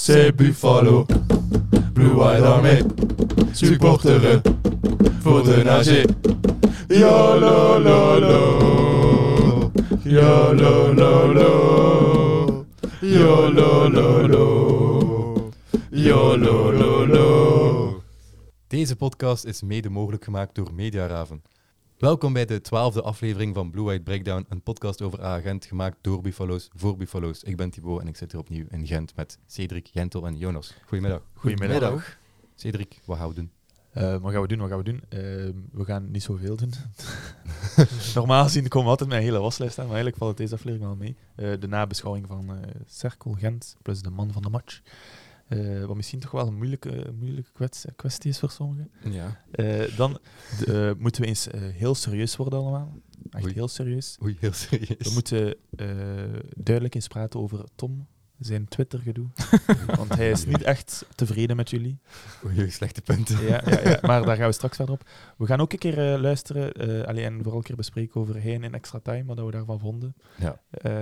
C'est Buffalo, Blue White Army, supporteren voor de nazi. Ja la la la, ja la la la, ja la la la, ja la la la. Deze podcast is mede mogelijk gemaakt door Mediaraven. Welkom bij de 12e aflevering van Blue White Breakdown, een podcast over A-Gent, gemaakt door Buffalo's, voor Buffalo's. Ik ben Thibaut en ik zit hier opnieuw in Gent met Cedric, Jentel en Jonas. Goedemiddag. Goedemiddag. Cedric, wat gaan we doen? Wat gaan we doen? We gaan niet zoveel doen. Normaal gezien komen we altijd met een hele waslijst aan, maar eigenlijk valt het deze aflevering wel mee. De nabeschouwing van Cercle Gent, plus de man van de match. Wat misschien toch wel een moeilijke kwestie is voor sommigen. Ja. Dan moeten we eens heel serieus worden allemaal. Echt heel serieus. Oei, heel serieus. We moeten duidelijk eens praten over Tom, zijn Twitter-gedoe. Want hij is niet echt tevreden met jullie. Oei, slechte punten. Ja, maar daar gaan we straks verder op. We gaan ook een keer luisteren en vooral een keer bespreken over Hein in Extra Time, wat we daarvan vonden. Ja.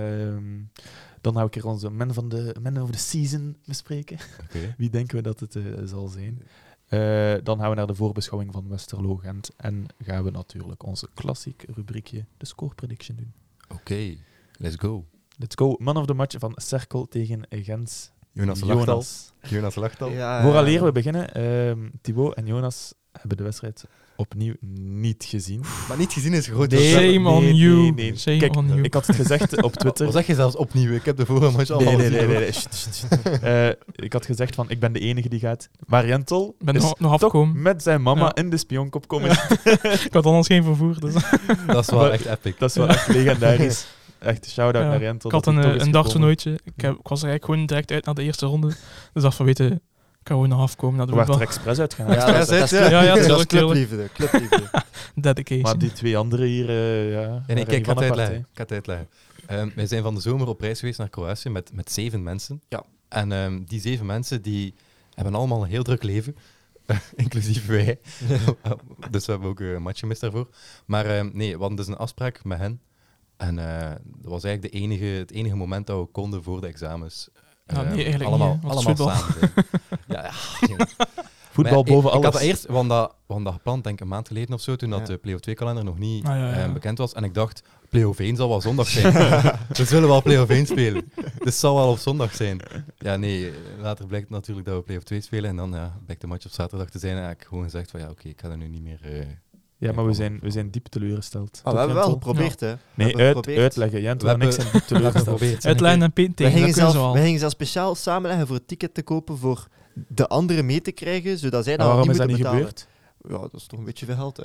Dan gaan we een keer onze man of the season bespreken. Okay. Wie denken we dat het zal zijn? Dan gaan we naar de voorbeschouwing van Westerlo Gent. En gaan we natuurlijk onze klassiek rubriekje, de score prediction, doen. Oké, let's go. Let's go. Man of the match van Cercle tegen Gent. Jonas lacht al. Ja, Vooraleer we beginnen, Thibaut en Jonas hebben de wedstrijd opnieuw niet gezien. Maar niet gezien is groot. Shame on you. Nee. Shame Kijk, on you. ik had het gezegd op Twitter. Wat zeg je zelfs opnieuw? Ik heb de vorige match allemaal gezien. Nee. Sst. Ik had gezegd van, ik ben de enige die gaat. Maar Jentel Ben is nog toch afgekomen. met zijn mama Ja. in de spionkop komen. Ik had anders geen vervoer. Dus. Dat is wel echt epic. Dat is wel echt legendarisch. Echt, shout-out Ja. naar Jentel. Ik had dat hij toch is een gekomen. darttoernooitje. Ik was er eigenlijk gewoon direct uit naar de eerste ronde. Dus dacht van, weet je, ik kan gewoon nog afkomen naar de We waren er voetbal. expres uitgegaan. Ja, dat is Ja, dat is tuurlijk. clubliefde. Dedication. Maar die twee anderen hier, Ja, nee, waren kijk, niet ik van ga het apart, uitleggen. Wij zijn van de zomer op reis geweest naar Kroatië met 7 mensen. Ja. En die 7 mensen die hebben allemaal een heel druk leven. Inclusief wij. Dus we hebben ook een match gemist daarvoor. Maar nee, we hadden dus een afspraak met hen. En dat was eigenlijk het enige moment dat we konden voor de examens. Ja, nee, eigenlijk allemaal niet, hè, want het is allemaal samen zijn. ja. Voetbal Maar boven ik had alles. dat eerst, we hadden dat gepland, denk ik, een maand geleden of zo, toen dat de Play-off 2-kalender nog niet bekend was. En ik dacht, Play-off 1 zal wel zondag zijn. We zullen wel Play-off 1 spelen. Dus het zal wel op zondag zijn. Ja, nee, later blijkt natuurlijk dat we Play-off 2 spelen. En dan blijkt de match op zaterdag te zijn. En heb ik gewoon gezegd van, oké, ik ga er nu niet meer... Ja, maar we zijn diep teleurgesteld. We hebben wel Jentel? geprobeerd, hè. Nee, uitleggen. Jentel We en ik hebben- zijn diep teleurgesteld. geprobeerd. Uitlijnen en pint We tegen, dat gingen, kunnen ze zelf, al. we gingen zelfs speciaal samenleggen voor het ticket te kopen voor de anderen mee te krijgen, zodat zij En dat waarom niet is dat moeten niet betalen. gebeurd? Ja, dat is toch een beetje veel geld,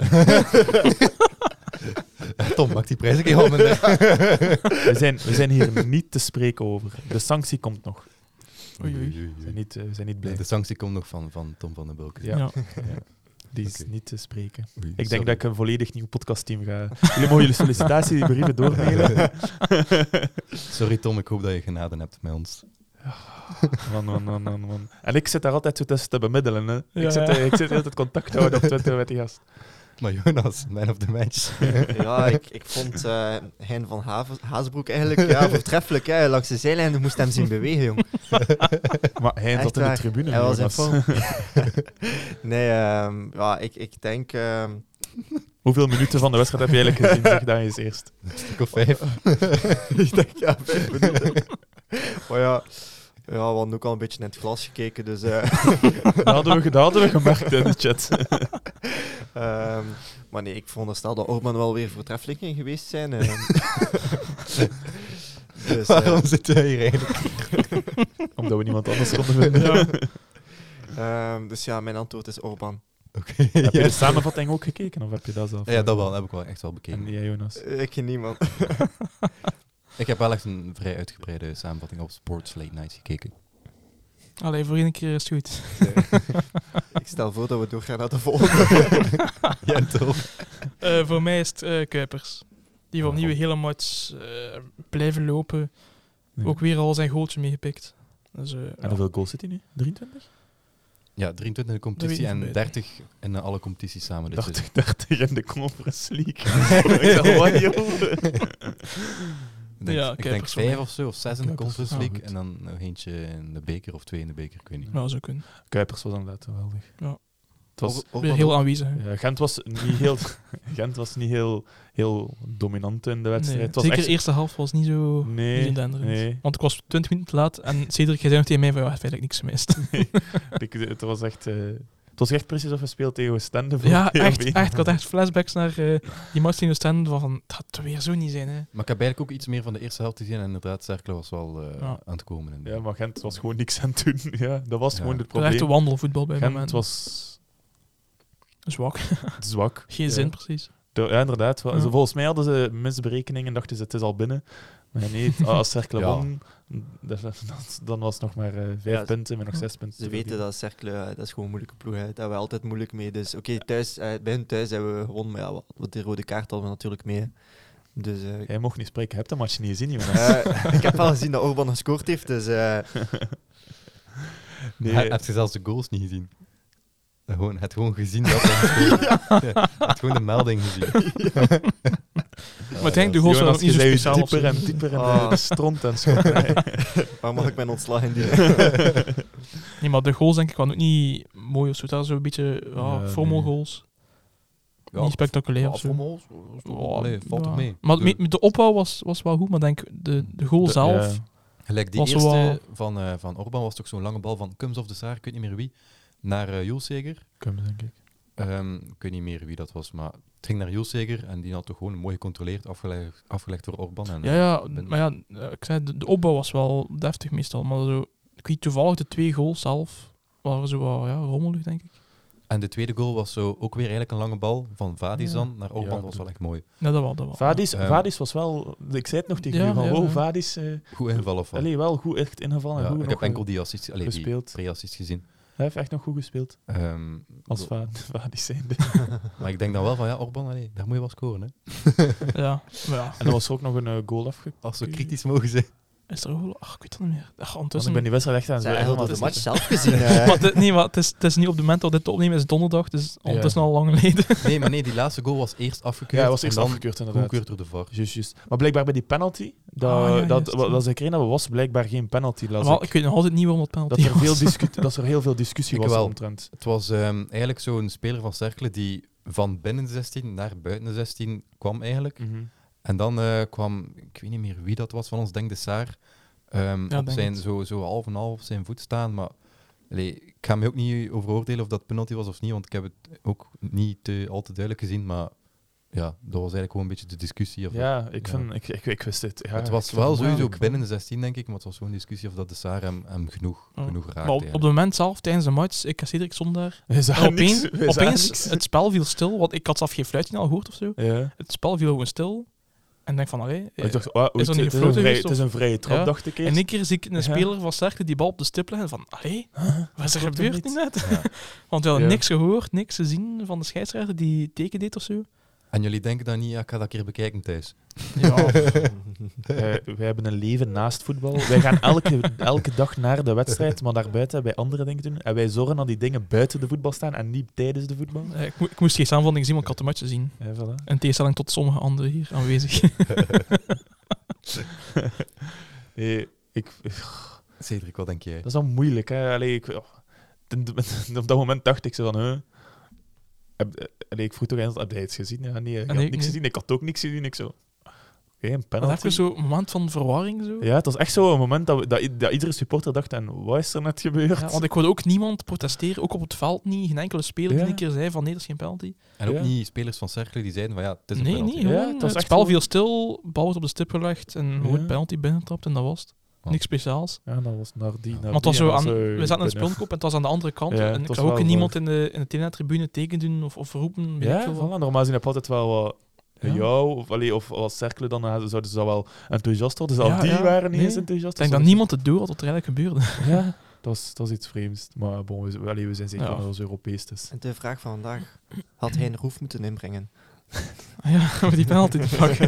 hè. Tom, maak die prijs een keer op. We zijn hier niet te spreken over. De sanctie komt nog. Oei. We zijn niet blij. De sanctie komt nog van Tom van den Bulk. Ja. Ja. Die is Oké. niet te spreken. Oei, Ik denk sorry. dat ik een volledig nieuw podcastteam ga... Jullie mogen jullie sollicitatiebrieven doormailen. Sorry Tom, ik hoop dat je genade hebt met ons. Man. En ik zit daar altijd zo tussen te bemiddelen. Hè. Ja. Ik zit altijd contact houden op Twitter met die gast. Maar Jonas, man of the match. Ja, ik vond Hein van Hazenbroek eigenlijk voortreffelijk. Hè. Langs de zijlijn, je moest hem zien bewegen, jong. Maar hij Echt zat in de waar. tribune. Hij was in Jonas. vorm. Nee, ik denk... Hoeveel minuten van de wedstrijd heb je eigenlijk gezien? Zeg dat eens eerst. Een stuk of 5. ik denk, 5 minuten. Maar ja, we hadden ook al een beetje in het glas gekeken, dus... Dat hadden we gemerkt in de chat. Maar nee, ik veronderstel dat Orban wel weer voortreffelijk in geweest zijn. Dus, Waarom zitten wij hier eigenlijk? Omdat we niemand anders konden vinden. dus ja, mijn antwoord is Orban. Oké. Heb je de samenvatting ook gekeken? Of heb je dat zelf? Ja, dat wel. Dat heb ik wel echt wel bekeken. En jij, Jonas? Ik ken niemand. Ik heb wel echt een vrij uitgebreide samenvatting op Sports Late Nights gekeken. Allee, voor één keer is het goed. Ik stel voor dat we doorgaan naar de volgende. Jentel. Voor mij is het Kuipers. Die wil opnieuw hele match blijven lopen. Nee. Ook weer al zijn goaltje meegepikt. Dus, En hoeveel goals zit hij nu? 23? Ja, 23 in de competitie Dat weet ik en niet 30 in alle competities samen. Dus 30 in de Conference League. Ik dacht, wat, joh? Ik denk Kuipers 5 voor of zo, of 6 in de Kuipers. Conference Ah, League. goed. En dan nog eentje in de beker of 2 in de beker, ik weet niet. mij. Ja, zo kunnen. Kuipers was inderdaad geweldig. Ja. Het was, Weer heel aanwezig. hè. ja, Gent was niet heel, Gent was niet heel dominant in de wedstrijd. Nee, Het was zeker echt, de eerste helft was niet zo, Nee, niet zo denderend. nee. Want ik was 20 minuten te laat en Cedric, jij zei nog tegen mij van ja, feitelijk niks gemist. Het was echt... het was echt precies of we speelden tegen Oostende. voor Ja, PSV. echt. Ik had echt flashbacks naar die match in Oostende van het gaat weer zo niet zijn. Hè. Maar ik heb eigenlijk ook iets meer van de eerste helft gezien. En inderdaad, Cercle was wel Ja. aan het komen. In de- Ja, maar Gent was gewoon niks aan het doen. Ja, dat was Ja. gewoon het Het was echt probleem. wandelvoetbal bij Gent momenten. was Zwak. zwak. Geen Ja. zin precies. Ja, inderdaad. Ja. Volgens mij hadden ze misberekeningen en dachten ze het is al binnen. Maar nee, als Cercle Ja. won, dan was het nog maar 5 Ja, punten met nog 6 punten. Ze te weten verdienen. dat Cercle, dat is gewoon een moeilijke ploeg. Hè. Daar hebben we altijd moeilijk mee. Dus oké, thuis, bij hun thuis hebben we gewonnen. Maar ja, wat die rode kaart hadden we natuurlijk mee. Hè. Dus Jij mocht niet spreken. Je hebt de match niet gezien, Jonas. ik heb wel gezien dat Orban gescoord heeft. Dus Nee, Heb je zelfs de goals niet gezien? Het gewoon gezien dat hij gescoord heeft. Ja, het gewoon de melding gezien. Maar ik denk de goals waren ook niet zo je speciaal. of zo. dieper en dieper in Ah. de stront en zo. Nee. waar mag ik mijn ontslag indienen? Nee, maar de goals denk ik waren ook niet mooi of zo. Dat was zo'n beetje Ja, formelgoals. Niet spectaculair of zo. Allee, valt toch Ja. mee. Maar de opbouw was wel goed, maar denk de goal zelf... Ja. Gelijk die was zo eerste wel- van Orban was toch zo'n lange bal van Kums of de Saar, ik weet niet meer wie, naar Julseger. Kom, denk ik. Ik weet niet meer wie dat was, maar het ging naar Julseger en die had toch gewoon mooi gecontroleerd, afgelegd door Orban. En, Ja, ben- maar ja, ik zei, de opbouw was wel deftig meestal. Maar zo, ik weet toevallig de 2 goals zelf waren zo wat rommelig, denk ik. En de tweede goal was zo ook weer eigenlijk een lange bal van Vadizan naar Orban, Ja, was wel echt mooi. Ja, dat wel. Vadis was wel... Ik zei het nog tegen Ja, u, van ja, wow, ja. Vadis... Goed ingevallen of wat? Allee, wel goed echt ingevallen. Ja, en goed ik nog heb enkel die assist, die gespeeld. pre-assist gezien. Hij heeft echt nog goed gespeeld. Als Vadis zijnde. Maar ik denk dan wel van ja, Orban, allee, daar moet je wel scoren. Hè. Ja, maar ja. En er was er ook nog een goal afgekomen. Als we kritisch mogen zijn. Is er een goal? Ach, ik weet het niet meer. Ach, Want ondertussen... ik ben die wedstrijd echt aan Zij het hadden de match zelf gezien. maar het is niet op de moment dat we dit opnemen, is donderdag, dus ondertussen al lang geleden. Nee, maar nee, die laatste goal was eerst afgekeurd. Ja, hij was eerst en dan afgekeurd inderdaad. goedkeurd door de VAR. Juist. Maar blijkbaar bij die penalty, Ja, dat juist. ze kregen hebben, was blijkbaar geen penalty. las Wel, ik. ik weet nog altijd niet waarom het penalty Dat er, was. dat er heel veel discussie Ik was wel. omtrent. Het was eigenlijk zo'n speler van Cercle die van binnen de 16 naar buiten de 16 kwam eigenlijk. En dan kwam, ik weet niet meer wie dat was van ons, denk de Saar, op denk zijn het. zo half en half op zijn voet staan. Maar allee, ik ga me ook niet over oordelen of dat penalty was of niet, want ik heb het ook niet al te duidelijk gezien. Maar ja, dat was eigenlijk gewoon een beetje de discussie. Of Ja, ik Ja. wist het. Ja, het ik was vond wel het sowieso moeilijk. binnen de 16, denk ik, maar het was zo'n discussie of dat de Saar hem genoeg Ja. raakte. Maar op het moment zelf, tijdens de match, ik en Cedric stond daar. We zagen Opeens, niks. We zagen opeens niks. het spel viel stil, want ik had zelf geen fluitje al gehoord of zo. Ja. Het spel viel gewoon stil. En ik denk van, allee... Ik dacht, oh, is er niet het gefloten geweest, het is een vrije trap, Ja. dacht ik En eerst. een keer zie ik een Ja. speler van Cercle die bal op de stip leggen van, allee, wat is er klopt gebeurd niet. nu net? Ja. Want we hadden Ja. niks gehoord, niks gezien van de scheidsrechter die teken deed of zo. En jullie denken dan niet, ja, ik ga dat een keer bekijken thuis. Ja, Wij hebben een leven naast voetbal. Wij gaan elke dag naar de wedstrijd, maar daarbuiten bij andere dingen doen. En wij zorgen dat die dingen buiten de voetbal staan en niet tijdens de voetbal. ik moest geen samenvatting zien, want ik had de match gezien. Ja, voilà. In tegenstelling tot sommige anderen hier aanwezig. Nee, Cedric, wat denk jij? dat is wel moeilijk. Hè? Allee, op dat moment dacht ik zo van... ik vroeg toch eens, heb jij iets gezien? Ja, nee, ik had nee, niks nee. gezien. Ik had ook niks gezien. Ik zo... Oké, een Dan penalty. heb je zo'n moment van verwarring. Zo. Ja, het was echt zo een moment dat iedere supporter dacht, en wat is er net gebeurd? Ja, want ik hoorde ook niemand protesteren, ook op het veld niet. Geen enkele speler die Ja. een keer zei van nee, dat is geen penalty. En ook Ja. niet spelers van Cercle die zeiden van ja, het is een Nee, penalty. niet. Ja, Gewoon, het was het echt spel gewoon- viel stil, bal wordt op de stip gelegd en gewoon Ja. penalty binnentrapt en dat was het. Oh. Niks speciaals. Ja, dat was naar die. Want het was zo en dan we zaten aan de binnen. spionkop en het was aan de andere kant. Ja, en het ik was zag ook wel niemand in de tribune teken doen of roepen. weet ik Ja, veel wat. voilà. Normaal gezien heb je altijd wel wat... Ja. jou, of als Cercle, dan zouden ze dat wel enthousiast worden. Dus Ja, al die ja. waren niet Nee. eens enthousiast. Ik denk Dus dat niemand het door had wat er eigenlijk gebeurde. Ja, dat is iets vreemds. Maar bon, we zijn zeker Ja. dat het Europees is. En de vraag van vandaag. Had hij een roef moeten inbrengen? Ja, maar die penalty te pakken.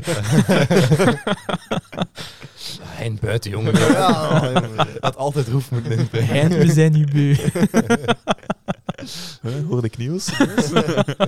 Hein buiten, jongen. Ja, Had altijd roef moeten inbrengen. En we zijn nu beu. Hoorde ik nieuws?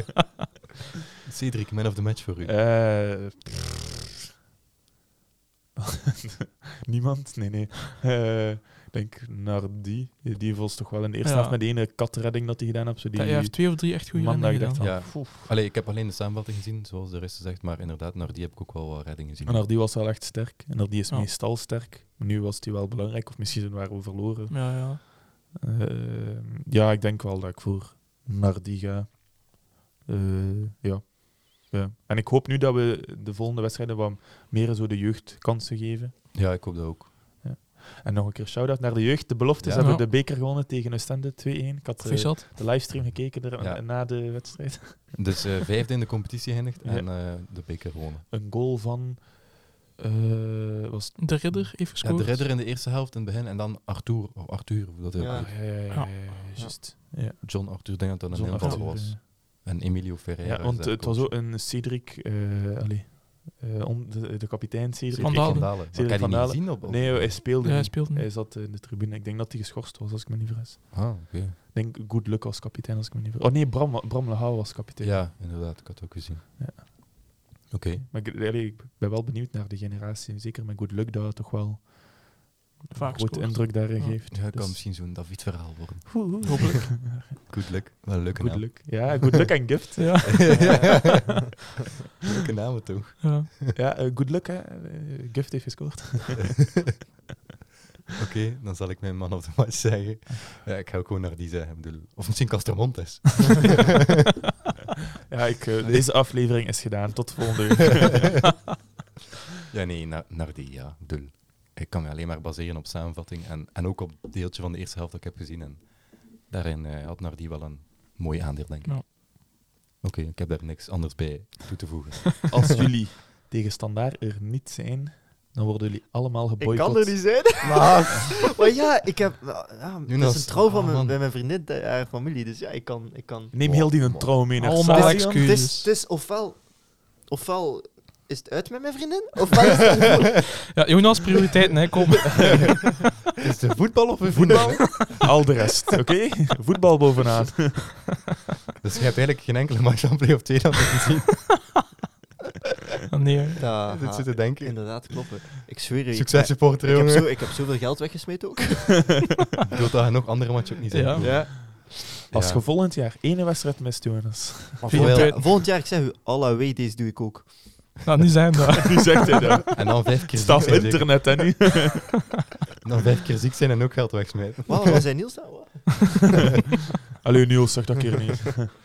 Cedric, man of the match voor u. Niemand? Nee. Ik denk naar die. Die was toch wel in de eerste Ja. helft met de ene katredding dat hij gedaan heeft. Zo die Hij heeft 2 of 3 echt goede man dat reddingen ik dacht gedaan. van, Ja. Allee, ik heb alleen de samenvatting gezien, zoals de rest zegt, maar inderdaad, naar die heb ik ook wel wat reddingen gezien. En naar die was wel echt sterk. En naar die is Ja. meestal sterk. Maar nu was die wel belangrijk. Of misschien waren we verloren. Ja. Ja, ik denk wel dat ik voor naar die ga. Ja. En ik hoop nu dat we de volgende wedstrijden wat meer zo de jeugd kansen geven. Ja, ik hoop dat ook. En nog een keer shout-out naar de jeugd. De beloftes Ja. hebben Ja. de beker gewonnen tegen Oostende 2-1. Ik had Proficiat. de livestream gekeken Ja. na de wedstrijd. Dus 5e in de competitie geëindigd Ja. en de beker gewonnen. Een goal van... was De ridder heeft Ja, gescoord. de redder in de eerste helft in het begin en dan Arthur, hoe dat Ja. heet. juist. Ja. John Arthur, denk dat dat een Zo'n invaller Arthur, was. En Emilio Ferreira. Ja, want is daar het was coach. ook een Cedric... de kapitein Cedric. Van Cedric Dalen. Dalen. Maar Cedric ik heb Van die niet Dalen. gezien op... Nee, hij speelde Ja, hij niet. speelde niet. Hij zat in de tribune. Ik denk dat hij geschorst was, als ik me niet vergis. Ah, oké. Ik denk Good Luck als kapitein, als ik me niet vergis. Oh nee, Bram Lehouw was kapitein. Ja, inderdaad. Ik had het ook gezien. Ja. Oké. Maar ik ben wel benieuwd naar de generatie. Zeker met Good Luck, dat het toch wel Vaak een grote scoort. indruk daar Ja. geeft. Ja, het kan Dus- misschien zo'n David-verhaal worden. Hopelijk. Good luck. Wel een leuke Good naam. Luck. Ja, Good Luck en Gift. Ja. Leuke namen toch? Ja. Ja, Good Luck, hè. Gift heeft gescoord. Oké, dan zal ik mijn man of de match zeggen. Ja, ik ga ook gewoon naar die zeggen. Ik bedoel, of misschien Castromontes. Ja, deze aflevering is gedaan. Tot volgende week. Ja, nee, naar die, ja. Ik bedoel, ik kan me alleen maar baseren op samenvatting en ook op het deeltje van de eerste helft dat ik heb gezien. En daarin had naar die wel een mooi aandeel, denk ik. Ja. Oké, ik heb daar niks anders bij toe te voegen. Als jullie tegen Standaard er niet zijn, dan worden jullie allemaal Ik geboycott. kan er niet zijn. Maar ja, ik heb... Ja, het Jonas, is een trouw van man. bij mijn vriendin, haar familie. Dus ja, ik kan... Neem heel die een trouw mee naar Allemaal Saas. excuses. Het is ofwel is het uit met mijn vriendin, ofwel is het... Ja, Jonas, prioriteiten, hè. Kom. Is het voetbal of een Voetbal, al de rest, oké? Voetbal bovenaan. Dus je hebt eigenlijk geen enkele match van Play of 2 dan gezien. Ah, nee, hè. Ja, Dit zit te denken. inderdaad, kloppen. Ik zweer je. Successupporter, jongen. Ik heb zoveel geld weggesmeten ook. Ik bedoel dat je nog andere matchen ook niet zijn. Ja. Ja. Als Ja. je volgend jaar 1 wedstrijd mist, Jonas. Volgend jaar, ik zeg u, alle way, deze doe ik ook. Nou, niet zijn daar. Nu zegt hij dat. En dan 5 keer Staat ziek op zijn. zeker. internet, hè, nu. Dan 5 keer ziek zijn en ook geld wegsmijten. Wauw, wat zei Niels nou? Allee, Niels, zeg dat keer niet.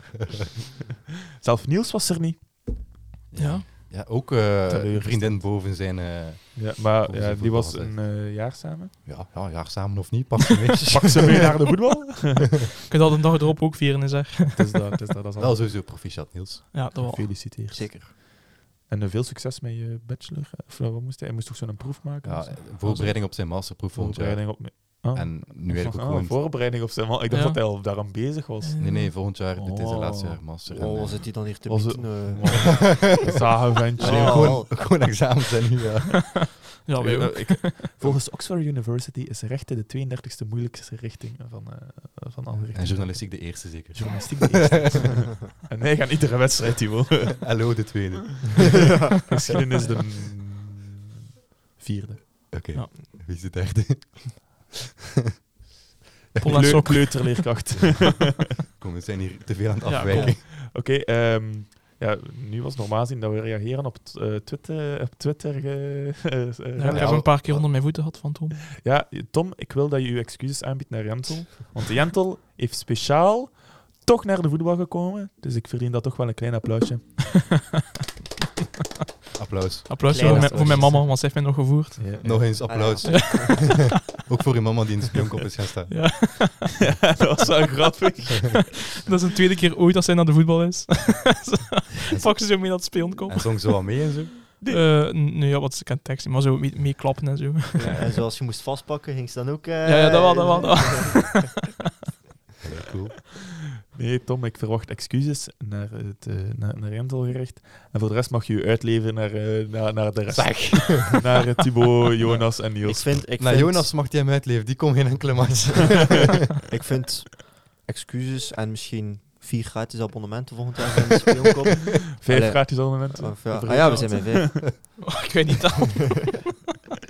Zelf Niels was er niet. Ja. Ja, ook Teleurgesteld. vriendin boven zijn... Ja, maar Volgens ja, de die was voetbal een jaar samen. jaar samen of niet, pak ze mee. Pak ze mee naar de voetbal. Ik kan dat een dag erop ook vieren, zeg. Het is dat is Wel al. sowieso proficiat, Niels. Ja, dat wel. Gefeliciteerd. Zeker. En veel succes met je bachelor. Of wat moest hij? Hij moest toch zo'n proef maken? Ja, of zo? voorbereiding op zijn masterproef volgend jaar. Voorbereiding op... Oh. En nu eigenlijk ook Ah, gewoon... voorbereiding op zijn... Ik dacht Ja. dat hij al daaraan bezig was. Nee, volgend jaar. Dit is de Oh. laatste jaar master. En, Oh, zit hij dan hier te Was het- bieden? Zagenventje. nee, Oh. gewoon examens zijn nu, ja. Ja, wij ook. Volgens Oxford University is rechten de 32e moeilijkste richting van alle En richtingen. journalistiek de eerste, zeker. Journalistiek de eerste. En hij gaat iedere wedstrijd, Timo. Hallo, de tweede. Geschiedenis de 4e. Oké, Ja. wie is de derde? Pol en sok. Kleuterleerkracht. Kom, we zijn hier te veel aan het Ja, afwijken. Oké, ja, nu was het normaal gezien dat we reageren op Twitter. Ja, ik heb een paar keer onder mijn voeten gehad van Tom. Ja, Tom, ik wil dat je je excuses aanbiedt naar Jentel. Want Jentel heeft speciaal toch naar de voetbal gekomen. Dus ik verdien dat toch wel een klein applausje. Applaus. Applaus Kleine voor mijn mama, want zij heeft mij nog gevoerd. Ja, Nog eens applaus. Ook voor uw mama die in de spionkop is gaan staan. Ja. ja, dat was wel grappig. Dat is de tweede keer ooit dat zij naar de voetbal is. Pak ze zo mee naar het spionkop. En zong ze wat mee en zo. Nee, ja, wat ze kan teksten, maar zo mee klappen en zo. Ja, en zoals je moest vastpakken, ging ze dan ook... Ja, dat wel. Allee, cool. Nee, Tom, ik verwacht excuses naar Jentel gericht. En voor de rest mag je je uitleveren naar de rest. Naar Thibaut, Jonas en Ik Niels. vind... Nou, Jonas mag die hem uitleven. Die kon geen enkele match. Ik vind excuses en misschien 4 gratis abonnementen volgend jaar van de spionkop. 5 Allee. gratis abonnementen. Of ja. Ah ja, we zijn bij 5. Ik weet niet dat.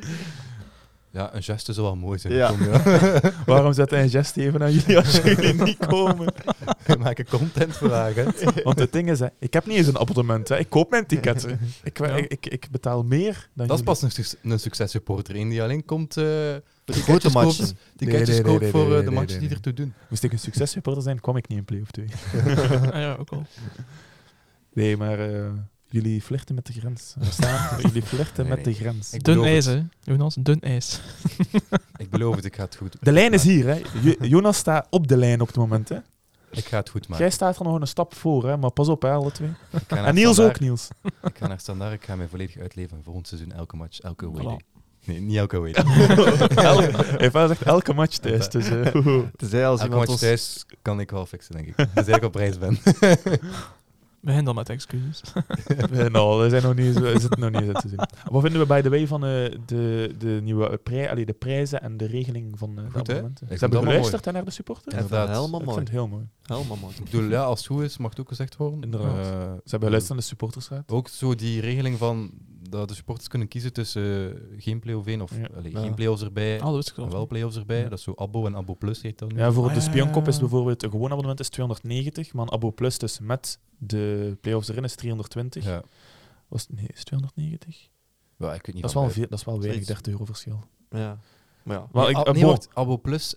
Ja, een geste zou wel mooi zijn. Ja. Tom, ja. Waarom zet hij een gest even aan jullie als jullie niet komen? We maken content vandaag, hè. Want het ding is, hè, ik heb niet eens een abonnement. Hè. Ik koop mijn tickets. Ja. Ik betaal meer dan Dat is jullie. pas een successupporter in die alleen komt... De grote matchen. Ticketjes Nee, koopt voor de nee, matches die nee. ertoe doen. Moest ik een successupporter zijn, kwam ik niet in play-off 2. Ja, ook al. Nee, maar jullie flirten met de grens. Verstaan? Jullie flirten Nee, met nee. de grens. Ik Dun beloof ijs, het. hè. Jonas, dun ijs. Ik beloof het, ik ga het goed De lijn is hier, hè. Jonas staat op de lijn op het moment, hè. Ik ga het goed maken. Jij staat er nog een stap voor, hè. Maar pas op, hè, alle twee. Ik ga naar En Niels Standaard. ook, Niels. Ik ga naar Standaard, ik ga mij volledig uitleven. Volgend seizoen elke match, elke away Voilà. day. Nee, niet elke away day. Hij heeft wel gezegd elke match thuis. Dus, Tenzij als Elke iemand match ons... thuis kan ik wel fixen, denk ik. Dus ik op reis ben. Begin dan met excuses. nou, we zijn nog niet, is het nog niet eens te zien. Wat vinden we by the way van de nieuwe de prijzen en de regeling van de Goed, hè? abonnementen? Ik Ze vind hebben het allemaal geluisterd hè, naar de supporters? Ja, Inderdaad. helemaal Ik mooi. vind het heel mooi. Helemaal mooi. Ik bedoel, ja, als het goed is, mag het ook gezegd worden. Inderdaad. Ze hebben geluisterd naar de supportersraad. Ook zo die regeling van dat de supporters kunnen kiezen tussen geen play-off 1 of Ja. Ja. geen play-offs erbij, Ah, dat wist ik en wel. wel play-offs erbij. Ja. Dat is zo Abo en Abo Plus heet dat nu. Ja, voor de Ah, Spionkop is ja. bijvoorbeeld een gewoon abonnement is 290, maar een Abo Plus dus met de play-offs erin is 320. Ja. Nee, is het 290? Ja, ik weet niet Dat is van wel, buiten. veel, dat is wel weinig, Zoiets. €30 verschil. Ja. Maar ja. Maar Nee, ik, nee, bon, wacht. Abo Plus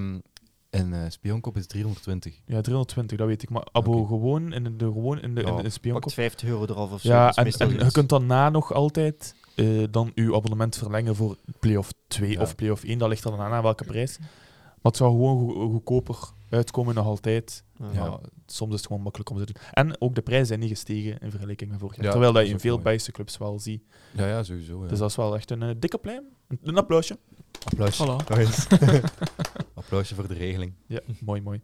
en Spionkop is 320. ja, 320, dat weet ik. Maar Abo Oké. gewoon in de Ja, Spionkop. Pakt €50 eraf of zo. Ja, dat is en meestal je iets. kunt daarna nog altijd dan uw abonnement verlengen voor play-off 2 Ja. of play-off 1. Dat ligt er dan aan welke prijs. Maar het zou gewoon goedkoper uitkomen nog altijd. Ja. Maar soms is het gewoon makkelijk om te doen. En ook de prijzen zijn niet gestegen in vergelijking met vorig jaar. Ja, Terwijl dat dat je is in ook veel mooi. Belgische clubs wel ziet. Ja, sowieso. Ja. Dus dat is wel echt een dikke pluim. Een applausje. Applausje. Voilà. Nog eens. Applausje voor de regeling. Ja, mooi.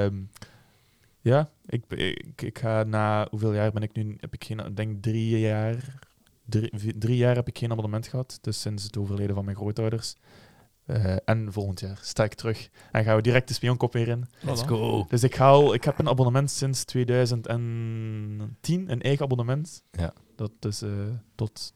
Ja, ik ga na hoeveel jaar ben ik nu? Heb ik geen, ik denk 3 jaar. 3 jaar heb ik geen abonnement gehad. Dus sinds het overlijden van mijn grootouders. En volgend jaar sta ik terug. En gaan we direct de Spionkop weer in. Let's Voilà. go. Dus ik heb een abonnement sinds 2010. Een eigen abonnement. Ja. Dat is tot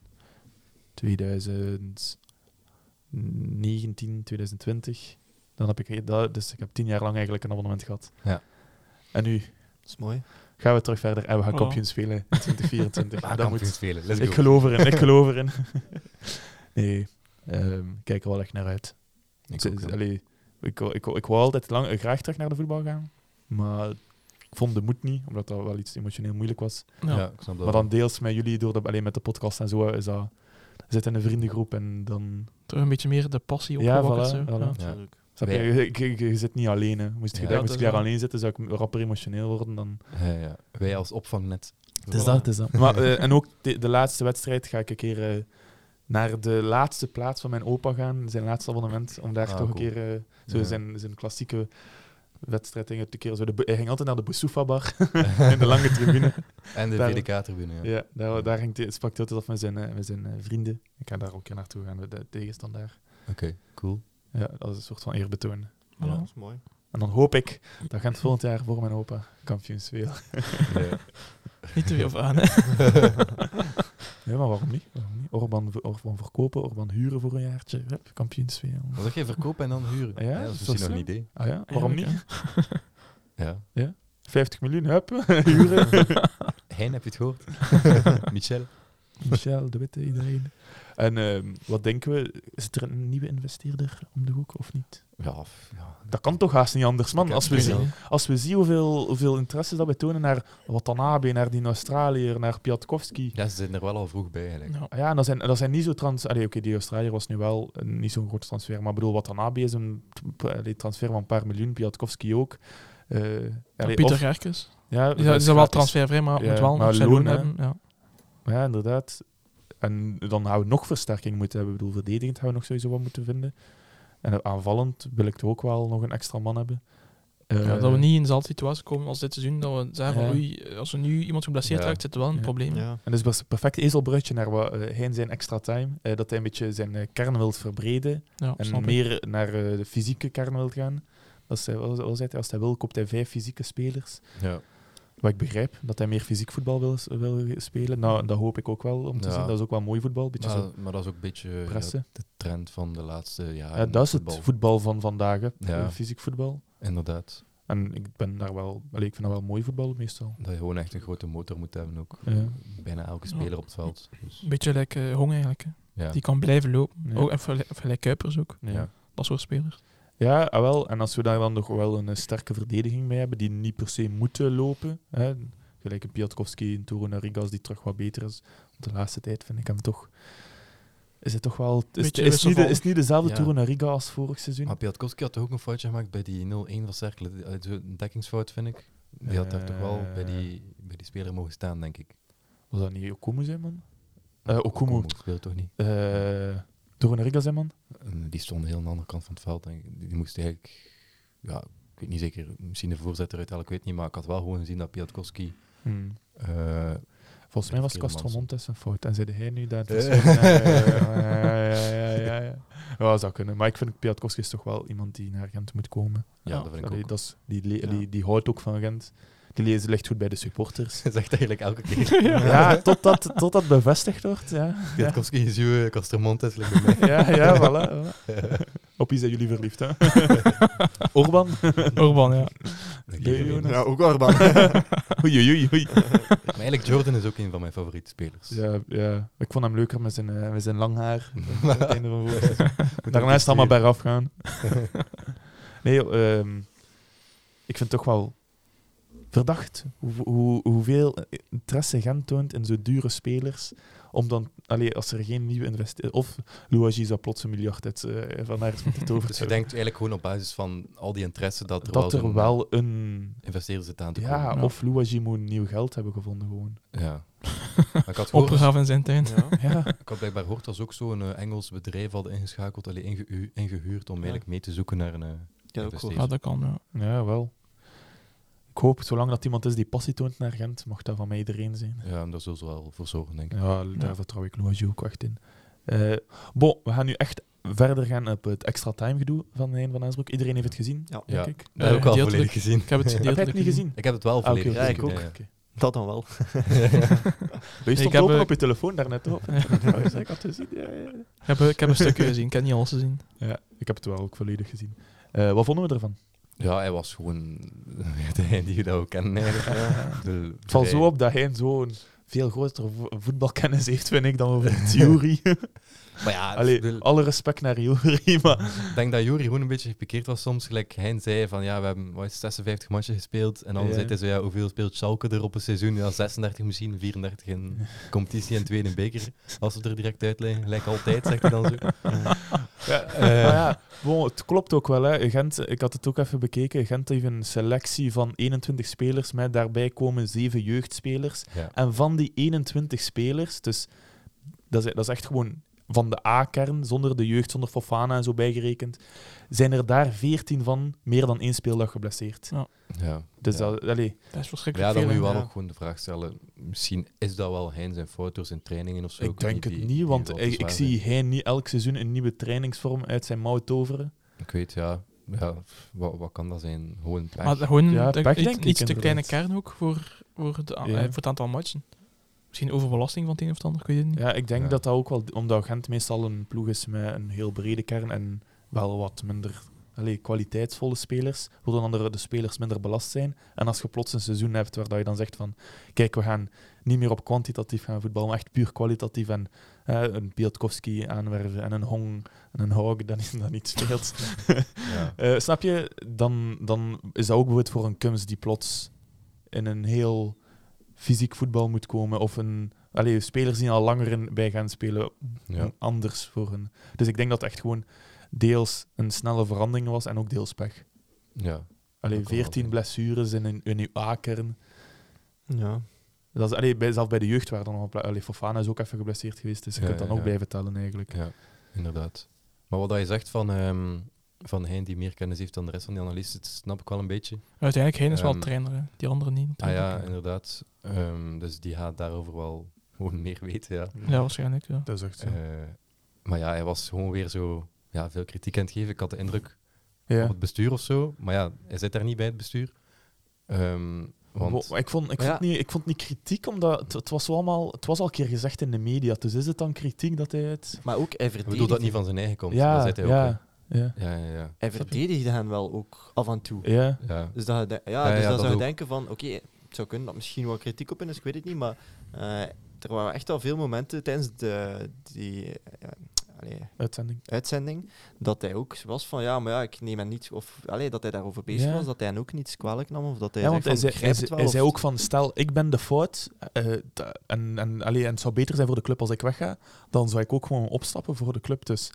2019, 2020. Dan heb ik dat. Dus ik heb 10 jaar lang eigenlijk een abonnement gehad. Ja. En nu Dat is mooi. gaan we terug verder en we gaan Voilà. kampioen spelen in 2024. Ah, Dat kampioen moet. spelen. Let's Ik go. geloof erin. Nee, ik kijk er wel echt naar uit. Ik ook, ja. Allee, ik wou altijd graag terug naar de voetbal gaan. Maar ik vond de moed niet, omdat dat wel iets emotioneel moeilijk was. Ja. Ja, ik snap dat. Maar dan deels met jullie, alleen met de podcast en zo, is dat... Je zit in een vriendengroep en dan... Toch een beetje meer de passie Ja, opgewakkerd. voilà, zo. voilà. Ja. Natuurlijk. Snap je? Je zit niet alleen. Hè. Moest Ja, ik dat daar is daar wel. alleen zitten, zou ik rapper emotioneel worden dan... Ja. Wij als opvangnet. Het is dat. Maar, en ook de laatste wedstrijd ga ik een keer naar de laatste plaats van mijn opa gaan, zijn laatste abonnement, om daar Ah, toch cool. een keer zo Ja. zijn klassieke wedstrijd ging het een keer zo. Hij ging altijd naar de Boussoufa-bar in de lange tribune. En de Daar- VDK-tribune. Ja. Ja, daar sprak hij altijd af met zijn vrienden. Ik ga daar ook een keer naartoe gaan, de tegenstander. Oké, cool. Ja, dat is een soort van eerbetoon. Voilà. Ja, dat is mooi. En dan hoop ik dat Gent volgend jaar voor mijn opa kampioen speelt. Ja. Niet te veel vragen, hè. Ja, maar waarom niet? Orban verkopen, Orban huren voor een jaartje. Hup, kampioen spelen. Wat zeg je, verkopen en dan huren? Ja, dat is is misschien dat nog een zo? idee. Ah ja, waarom Eigenlijk, niet? Ja. 50 miljoen, hup, huren. Hein, heb je het gehoord? Michel? Michel, de Witte, iedereen. En wat denken we? Is er een nieuwe investeerder om de hoek of niet? Ja. Dat kan toch haast niet anders, man. Ik Als heb we, het zien, niet. als we zien hoeveel interesse dat we tonen naar Watanabe, naar die Australiër, naar Piatkowski. Ja, ze zitten er wel al vroeg bij, eigenlijk. Ja. Ah ja, en dat zijn niet zo oké, die Australiër was nu wel niet zo'n groot transfer, maar ik bedoel, Watanabe is een transfer van een paar miljoen, Piatkowski ook. Pieter Gerkes. Ja, Die is wel transfervrij, maar Ja, moet wel maar nog zijn loon, loon hè. hebben. Ja. Ja, inderdaad. En dan gaan we nog versterking moeten hebben. Ik bedoel, verdedigend gaan we nog sowieso wat moeten vinden. En aanvallend wil ik toch ook wel nog een extra man hebben. Ja, dat we niet in dezelfde situatie komen als dit seizoen. Dat we zeggen van Ja. oei, als er nu iemand geblesseerd Ja. raakt, zit er wel een Ja. probleem. Ja. En dus was een perfect ezelbruggetje naar wat Hein zijn extra time. Dat hij een beetje zijn kern wil verbreden. Ja, En snap ik. meer naar de fysieke kern wil gaan. Als hij wil, koopt hij 5 fysieke spelers. Ja. Wat ik begrijp, dat hij meer fysiek voetbal wil spelen. Nou, dat hoop ik ook wel om te Ja. zien. Dat is ook wel mooi voetbal. Beetje zo Maar dat is ook een beetje pressen. de trend van de laatste jaren. Ja, dat is het voetbal van vandaag, hè. Ja. Fysiek voetbal. Inderdaad. En ik ben daar wel... Allee, ik vind dat wel mooi voetbal, meestal. Dat je gewoon echt een grote motor moet hebben ook. Ja. Bijna elke speler op het veld. Dus, Een beetje like Hong eigenlijk. Hè. ja. Die kan blijven lopen. Ja. Ook even like Kuipers ook. Ja. Dat soort spelers. Ja, wel. En als we daar dan nog wel een sterke verdediging mee hebben, die niet per se moeten lopen. Hè. Gelijk een Piatkowski, een Torunarigas die terug wat beter is. Want de laatste tijd vind ik hem toch... Is het toch wel... Is Beetje het niet, wisselvallig. dezelfde Ja. Torunariga als vorig seizoen? Maar Piatkowski had toch ook een foutje gemaakt bij die 0-1 van Cercle. Een dekkingsfout, vind ik. Die had daar toch wel bij die speler mogen staan, denk ik. Was dat niet Okumu zijn, man? Okumu. Okumu speelt toch niet? Torunariga zijn, man? Die stond heel aan de andere kant van het veld. Denk ik. Die moest eigenlijk... Ja, ik weet niet zeker. Misschien de voorzitter uithalen, ik weet niet. Maar ik had wel gewoon gezien dat Piatkowski... Volgens mij was verkeerde Castro man. Montes een fout. En zei hij nu dat... Ja, dat zou kunnen. Maar ik vind Piatkowski is toch wel iemand die naar Gent moet komen. Ja, dat vind ik ook. Dat is, die houdt ook van Gent. Die lezen ligt goed bij de supporters. Dat zegt eigenlijk elke keer. Ja, totdat bevestigd wordt. Ja, Piatkowski is uw Castromontes, ligt bij mij. ja, voilà. Op wie zijn jullie verliefd, hè? Orban? Orban, ja. Nee, Jonas. Ja, ook Orban. Oei. Maar eigenlijk Jordan is ook een van mijn favoriete spelers. Ja. Ik vond hem leuker met zijn lang haar. Aan het einde van vorig seizoen. Daarna is het allemaal bergaf gaan. Nee, ik vind het toch wel verdacht hoeveel interesse Gent toont in zo dure spelers. Om dan, als er geen nieuwe investeerders... Of Louagie zou plots $1 miljard van ergens moeten toveren. Dus je denkt eigenlijk gewoon op basis van al die interesse dat er dat er wel een... investeerder zit aan te komen. Ja, of Louagie moet nieuw geld hebben gevonden gewoon. Ja. Maar ik had gehoord, Opgegraven in zijn tuin. Ja. ik had blijkbaar gehoord dat ze ook zo'n Engels bedrijf hadden ingeschakeld, ingehuurd om eigenlijk mee te zoeken naar een Ja, ook investeerder. Ja, dat kan, ja. Ja, wel. Ik hoop, zolang dat iemand is die passie toont naar Gent, mag dat van mij iedereen zijn. Ja, en daar zullen ze wel voor zorgen, denk ik. Ja, daar vertrouw ik Louagie ook echt in. We gaan nu echt verder gaan op het extra time gedoe van Hein van Aensbroek. Iedereen heeft het gezien, Ja. denk Ja, ik. dat heb ik wel gedeeltelijk. volledig gezien. Ik heb het Heb jij het niet gezien? Ik heb het wel Ah, volledig oké. Ja, gezien. ik ook. Ja. Oké. Dat dan wel. Je stond heb, open op je telefoon daarnet op. Ik had het gezien. Ja. Ik heb een stukje gezien, ik heb niet alles gezien. Ja, ik heb het wel ook volledig gezien. Wat vonden we ervan? Ja, hij was gewoon de Hein die we dat ook kennen eigenlijk. Het valt zo op dat hij zo'n veel grotere voetbalkennis heeft, vind ik, dan over Jury. Maar ja, Allee, alle respect naar Jury, maar... ik denk dat Jury gewoon een beetje gepikeerd was soms. Gelijk Hein zei van, ja, we hebben 56 matchen gespeeld. En dan Ja. zei hij zo, ja, hoeveel speelt Schalke er op een seizoen? Ja, 36 misschien, 34 in competitie en 2 in de beker. Als we er direct uit liggen. Gelijk altijd, zegt hij dan zo. Maar ja, bon, het klopt ook wel. Hè. Gent, ik had het ook even bekeken. Gent heeft een selectie van 21 spelers, met daarbij komen 7 jeugdspelers. Ja. En van die 21 spelers, dus dat is echt gewoon van de A-kern, zonder de jeugd, zonder Fofana en zo bijgerekend, zijn er daar 14 van meer dan 1 speeldag geblesseerd. Ja. Dus Ja. dat, allee, Dat is Ja, verschrikkelijk dan moet je veel. wel ja. nog gewoon de vraag stellen. Misschien is dat wel Hein zijn fout door zijn trainingen of zo. ik denk het die niet, want wel te ik zwaar zie zijn. hij niet elk seizoen een nieuwe trainingsvorm uit zijn mouw toveren. Ik weet, ja. Wat kan dat zijn? Gewoon pech. Maar gewoon Ja, de- pech, iets, denk ik, iets te kleine inderdaad. kern ook voor Ja. het aantal matchen. Misschien overbelasting van het een of het ander, ik weet het niet. Ja, ik denk Ja. dat ook wel, omdat Gent meestal een ploeg is met een heel brede kern en wel wat minder kwaliteitsvolle spelers, waardoor dan de spelers minder belast zijn. En als je plots een seizoen hebt waar dat je dan zegt van, kijk, we gaan niet meer op kwantitatief gaan voetballen, maar echt puur kwalitatief en een Piatkowski aanwerven en een Hong en een Haug dat niet speelt. Ja. Snap je? Dan is dat ook bijvoorbeeld voor een Kums die plots in een heel fysiek voetbal moet komen. Of spelers die al langer bij gaan spelen, Ja. anders voor hun. Dus ik denk dat het echt gewoon deels een snelle verandering was en ook deels pech. Ja. Dat kan wel 14 zijn. blessures in uw A-kern. Ja. Dat is, zelfs bij de jeugd waren dan nog... Fofana is ook even geblesseerd geweest, dus je Ja, kunt dan ja, ook ja. blijven tellen eigenlijk. Ja, inderdaad. Maar wat je zegt van Hein die meer kennis heeft dan de rest van die analisten, dat snap ik wel een beetje. Uiteindelijk, Hein is wel Ehm, trainer, hè. Die anderen niet. Ah natuurlijk. ja, inderdaad. Dus die gaat daarover wel gewoon meer weten, ja. Ja, waarschijnlijk. Ja. Dat is echt zo. Maar ja, hij was gewoon weer zo veel kritiek aan het geven. Ik had de indruk Ja. op het bestuur of zo. Maar ja, hij zit daar niet bij het bestuur. Want Ik vond niet kritiek, omdat het was al een keer gezegd in de media. Dus is het dan kritiek dat hij het... Maar ook, hij ik bedoel dat verdedigde, niet van zijn eigen kant. Ja, dat zei hij ook. ja. hij verdedigde hen wel ook af en toe. Ja. hè. Ja. Dus, dat ja, dan dat zou je ook. denken van, oké, het zou kunnen dat misschien wel kritiek op in is, ik weet het niet, maar er waren echt al veel momenten tijdens die uitzending dat hij ook was van, ja, maar ja, ik neem hem niet, of dat hij daarover bezig Ja. was, dat hij hen ook niets kwalijk nam, of dat hij Ja, zegt want van, hij begrijp het wel, zei of- ook van, stel, ik ben de fout en het zou beter zijn voor de club als ik wegga, dan zou ik ook gewoon opstappen voor de club. Dus,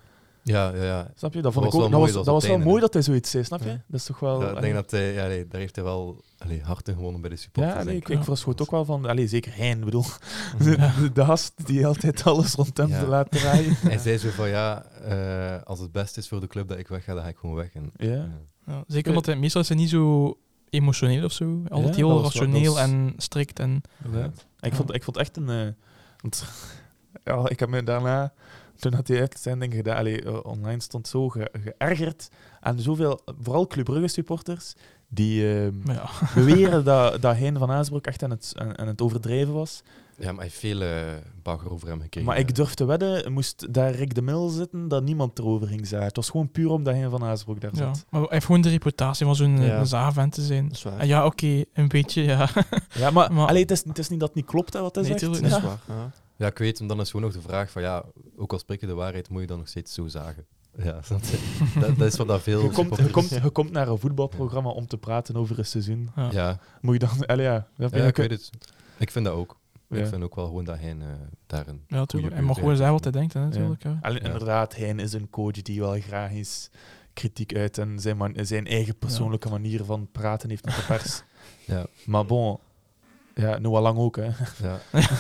Ja. snap je? Dat vond was ik ook. wel Dat mooi, was dat was wel op het mooi einde, dat hij zoiets zei, snap je? Ja. Dat is toch wel... Ik denk dat hij, daar heeft hij wel hard in gewonnen bij de supporters. Ja, denk ik verschoot ook wel van... zeker Hein, ik bedoel. Ja. De gast die altijd alles rond hem Ja. te laten draaien. Hij zei zo van, als het best is voor de club dat ik wegga, dan ga ik gewoon weg. En, Ja. Ja, zeker omdat hij meestal is hij niet zo emotioneel of zo. Altijd Ja, heel dat was wel- rationeel dat is- en strikt. En, Inderdaad. Ik vond echt een... want, ik heb me daarna... Toen had hij uitzending gedaan, online stond zo geërgerd aan zoveel, vooral Club Brugge supporters, die maar ja, beweren dat Hein van Azenbroek echt aan het overdrijven was. ja, maar hij heeft veel bagger over hem gekregen. Maar ik durf te wedden, moest daar Rick de Mil zitten, dat niemand erover ging zeggen. Het was gewoon puur omdat Hein van Azenbroek daar ja. zat. Maar hij heeft gewoon de reputatie van zo'n Ja. zaagvent te zijn. Dat is waar. En ja, oké, een beetje, ja. Ja, maar, Maar- het is niet dat het niet klopt, hè, wat hij Nee, zegt. tuurlijk Dat is Ja. waar, ja. Ja, ik weet, en dan is gewoon nog de vraag van, ja, ook al spreek je de waarheid, moet je dan nog steeds zo zagen. Ja, snap je? dat is wat dat veel Je komt naar een voetbalprogramma om te praten over een seizoen. Ja. Ja, Moet je dan... ja, ik weet het. Ik vind dat ook. Ja. Ik vind ook wel gewoon dat hij daar een Ja, goede tuurlijk. Hij mag beurt gewoon heeft. zeggen wat hij denkt, hè, natuurlijk. Ja. Alleen, Ja. inderdaad, Hein is een coach die wel graag eens kritiek uit en zijn eigen persoonlijke manier van praten heeft met de pers. Ja. Maar bon, ja, Noah Lang ook, hè. Ja.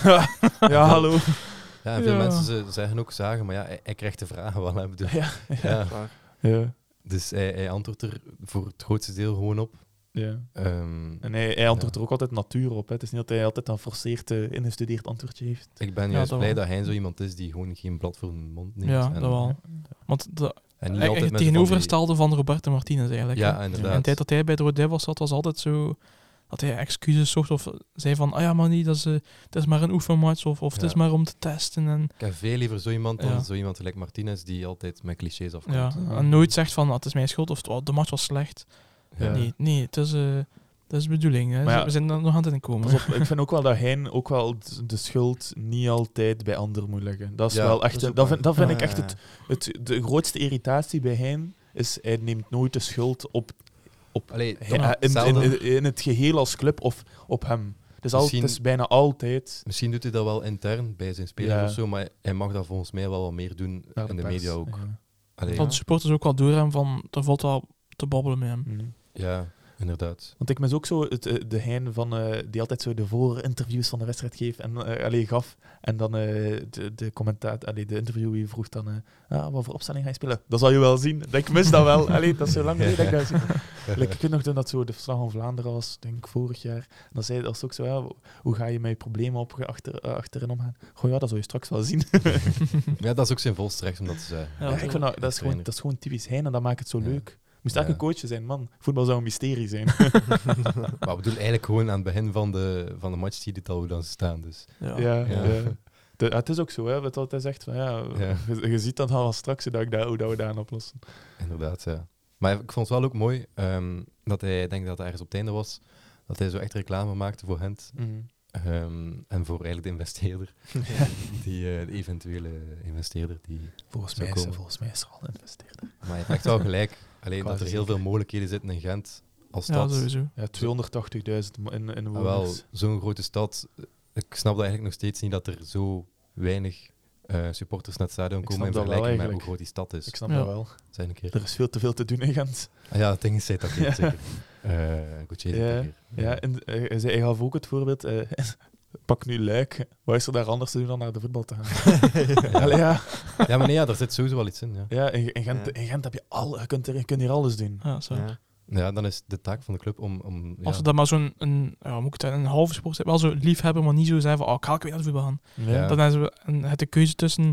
Ja, hallo. Ja, en veel Ja. mensen ze zeggen ook zagen, maar ja, hij krijgt de vragen wel. Hè, bedoel. Ja, Ja. Dat is waar. ja, Dus hij antwoordt er voor het grootste deel gewoon op. ja. Ehm, En hij antwoordt er ook altijd natuur op. Hè. Het is niet dat hij altijd een forceerd, ingestudeerd antwoordje heeft. ik ben Ja, juist dat blij wel. dat hij zo iemand is die gewoon geen blad voor zijn mond neemt. Ja, en, dat wel. Want En niet altijd het met van die- tegenovergestelde van Roberto Martinez eigenlijk. hè. Ja, inderdaad. In de tijd dat hij bij de Rode Devils zat, was altijd zo dat hij excuses zocht of zei van, ja, maar niet, het is maar een oefenmatch of het Ja. is maar om te testen. En, Ik heb veel liever zo iemand dan Ja. zo iemand gelijk Martinez die altijd met clichés afkomt. ja, Ja. en nooit zegt van, het is mijn schuld of de match was slecht. Ja. Nee, het is de bedoeling. Hè. Maar ja, we zijn er nog aan het komen. Pas op, ik vind ook wel dat Hein ook wel de schuld niet altijd bij anderen moet leggen. Dat is Ja, wel dat echt... is ook Dat waar. vind, dat vind Ja, ik echt ja, ja. de grootste irritatie bij Hein, is hij neemt nooit de schuld op Allee, in het geheel als club of op hem. Het is, Misschien- het is bijna altijd misschien doet hij dat wel intern bij zijn spelers Ja. of zo, maar hij mag dat volgens mij wel wat meer doen naar in de pers. media ook. Ja. Allee, Van de supporters ook wel door hem van, er valt wel te babbelen met hem. Mhm. ja, inderdaad. Want ik mis ook zo de Hein van, die altijd zo de voorinterviews van de wedstrijd geeft en gaf. En dan de commentaar, de interviewee vroeg dan, wat voor opstelling ga je spelen? Dat zal je wel zien. Ik mis dat wel. Dat is zo lang geleden dat ik dat zie. Ik weet nog toen dat zo de Verslag van Vlaanderen was, denk ik vorig jaar. En dan zei dat ook zo, hoe ga je met je problemen achterin omgaan? Goh ja, dat zal je straks wel zien. Ja, dat is ook zijn volste recht om dat te zeggen. Ja, Ja, ik vind dat is gewoon typisch Hein en dat maakt het zo Ja. leuk. Moest eigenlijk een coach zijn, man. Voetbal zou een mysterie zijn. Maar we bedoelen eigenlijk gewoon aan het begin van de match zie je dit al hoe dan ze staan. Dus. Ja. Ja. Ja. Het is ook zo, hè, wat hij zegt. Van, Ja. je ziet dat al straks hoe dat we dat gaan oplossen. Inderdaad, ja. Maar ik vond het wel ook mooi dat hij, ik denk dat het ergens op het einde was, dat hij zo echt reclame maakte voor Gent. En voor eigenlijk de investeerder. De eventuele investeerder. Volgens Zou mij komen. is er al een investeerder. Maar je hebt echt wel gelijk. Alleen Qua dat er heel zeker. veel mogelijkheden zitten in Gent als Ja, stad. sowieso. Ja, 280.000 in Maar wel, bewoners. zo'n grote stad. Ik snap dat eigenlijk nog steeds niet dat er zo weinig supporters naar het stadion Ik komen in snap dat wel vergelijking met hoe eigenlijk. groot die stad is. Ik snap Ja. dat wel. Zijn een keer. Er is veel te veel te doen in Gent. Ah, ja, het ding is, zei dat niet zeker. Gauthier zei Ja, dat hier. ja, en hij gaf ook het voorbeeld, pak nu Luik. Wat is er daar anders te doen dan naar de voetbal te gaan? Allee, ja. Ja, maar nee, ja, daar zit sowieso wel iets in. Ja. Ja, in Gent, Ja. in Gent heb je je kunt hier alles doen. Ja, zo. Ja. Ja, dan is de taak van de club om ja, Als ze dat maar een halve sport zijn, wel zo liefhebber, maar niet zo zijn van, ik ga elke week naar de voetbal gaan. Ja. Dan hebben ze het de keuze tussen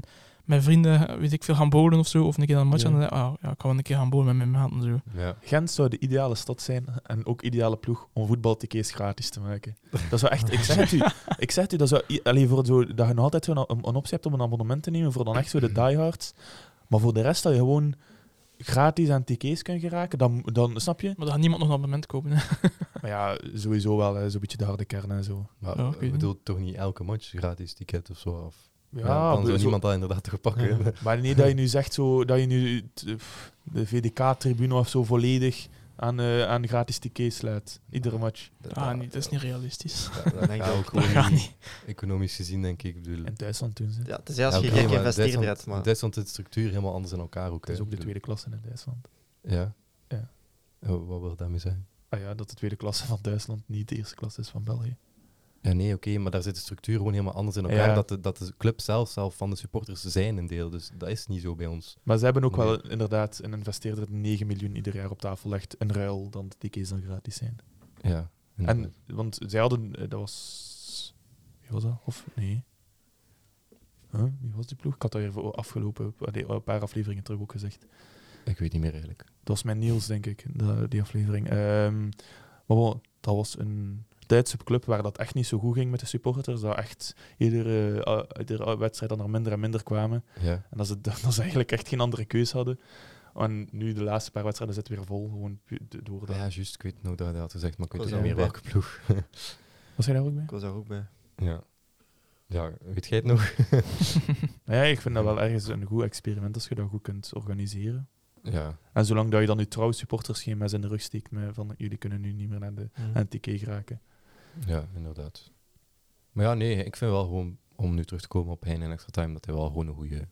met vrienden, weet ik veel, gaan bowlen of zo, of een keer aan een match, Ja. en dan denk ik, ik ga wel een keer gaan bowlen met mijn maat en zo. Ja. Gent zou de ideale stad zijn en ook ideale ploeg om voetbaltickets gratis te maken. Dat zou echt, ik zeg het u, dat zou, voor zo, dat je nog altijd een optie hebt om een abonnement te nemen voor dan echt zo de diehards. Maar voor de rest dat je gewoon gratis aan tickets kunt geraken, dan snap je. Maar dan gaat niemand nog een abonnement kopen. Hè. Maar ja, sowieso wel, hè, zo'n beetje de harde kern en zo. Maar Ja, ik weet ik bedoel toch niet elke match gratis ticket of zo? Of, Ja, dan zou zo- niemand dat inderdaad toch pakken. Maar niet dat je nu zegt zo, dat je nu de VDK-tribune of zo volledig aan gratis tickets sluit. Iedere match. Nee, dat is niet realistisch. Dat denk ik Ja, ook. ook gewoon Dat gaat niet niet. economisch gezien, denk ik. Ik bedoel, In Duitsland doen ze. Ja, het is als je oké, geen maar investeerder Duitsland- hebt, maar... Duitsland is de structuur helemaal anders in elkaar ook. Het is hè. ook de Ik tweede klasse in Duitsland. bedoel, Ja? Ja. Wat wil daarmee zeggen? Ah ja, dat de tweede klasse van Duitsland niet de eerste klasse is van België. Ja, nee, oké, maar daar zit de structuur gewoon helemaal anders in elkaar. Ja. Dat de club zelf van de supporters zijn een deel. Dus dat is niet zo bij ons. Maar ze hebben ook Nee. wel inderdaad een investeerder die 9 miljoen ieder jaar op tafel legt in ruil dan de tickets dan gratis zijn. Ja. En, want zij hadden, dat was... Wie was dat? Of nee? Wie was die ploeg? Ik had dat hier voor afgelopen, een paar afleveringen terug ook gezegd. Ik weet niet meer eigenlijk. Dat was met Niels, denk ik, die aflevering. Maar bon, dat was een Duitse club waar dat echt niet zo goed ging met de supporters. Dat echt iedere wedstrijd dan er minder en minder kwamen. Ja. En dat ze eigenlijk echt geen andere keus hadden. En nu de laatste paar wedstrijden zitten weer vol. Gewoon door dat. Ja, juist. Ik weet nog dat je dat had gezegd, maar ik weet Was niet dat meer bij? welke ploeg. Was jij daar ook bij? Ik was daar ook bij. Ja. Ja, weet jij het nog? Ja, ik vind dat wel ergens een goed experiment als je dat goed kunt organiseren. Ja. En zolang dat je dan je trouwe supporters geen mes in de rug steekt met van jullie kunnen nu niet meer aan het TK geraken. Ja, inderdaad. Maar ja, nee, ik vind wel gewoon, om nu terug te komen op Hein en Extra Time, dat hij wel gewoon een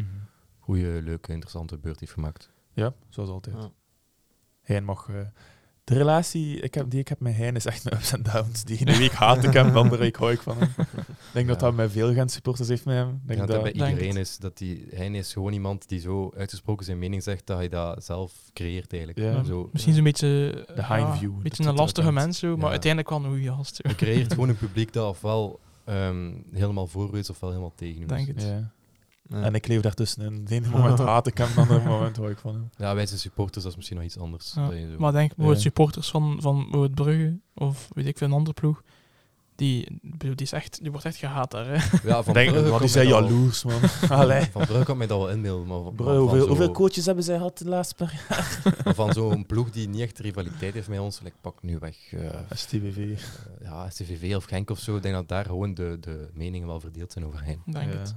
goede, leuke, interessante beurt heeft gemaakt. Ja, zoals altijd. Ja. Hein mag... de relatie die ik heb met Hein is echt met ups en downs. Die ene week haat ik hem, de andere week hou ik van hem. Ik denk dat dat met veel Gent supporters heeft met hem. Ik denk Ja, dat bij denk iedereen het. is dat Hein is gewoon iemand die zo uitgesproken zijn mening zegt dat hij dat zelf creëert eigenlijk. Ja. Zo, Misschien zo'n beetje... De Hein view, Een de beetje een lastige Twitter-account. mens, zo, maar Ja. uiteindelijk wel een goede gast. zo. hij creëert gewoon een publiek dat ofwel helemaal voor u is ofwel helemaal tegen u Denk is. het. Ja. Ja. En ik leef daartussenin. De ene moment haat ik hem, de andere moment hou ik van hem. Ja, wij zijn supporters, dat is misschien nog iets anders. Ja. Dat je zo- Maar denk bijvoorbeeld Ja. supporters van bijvoorbeeld Brugge, of weet ik veel, een andere ploeg, die wordt echt gehaat daar. Hè. Ja, van Denk, Brugge want die komt zijn mij dat wel- jaloers, man. Allee. Van Brugge kan mij dat wel inbeelden, maar van, Bro, maar van hoeveel zo- coaches hebben zij gehad de laatste paar jaar? maar van zo'n ploeg die niet echt rivaliteit heeft met ons, like, pak nu weg STVV. ja, STVV of Genk of zo, ik denk dat daar gewoon de meningen wel verdeeld zijn over Hein. Denk het.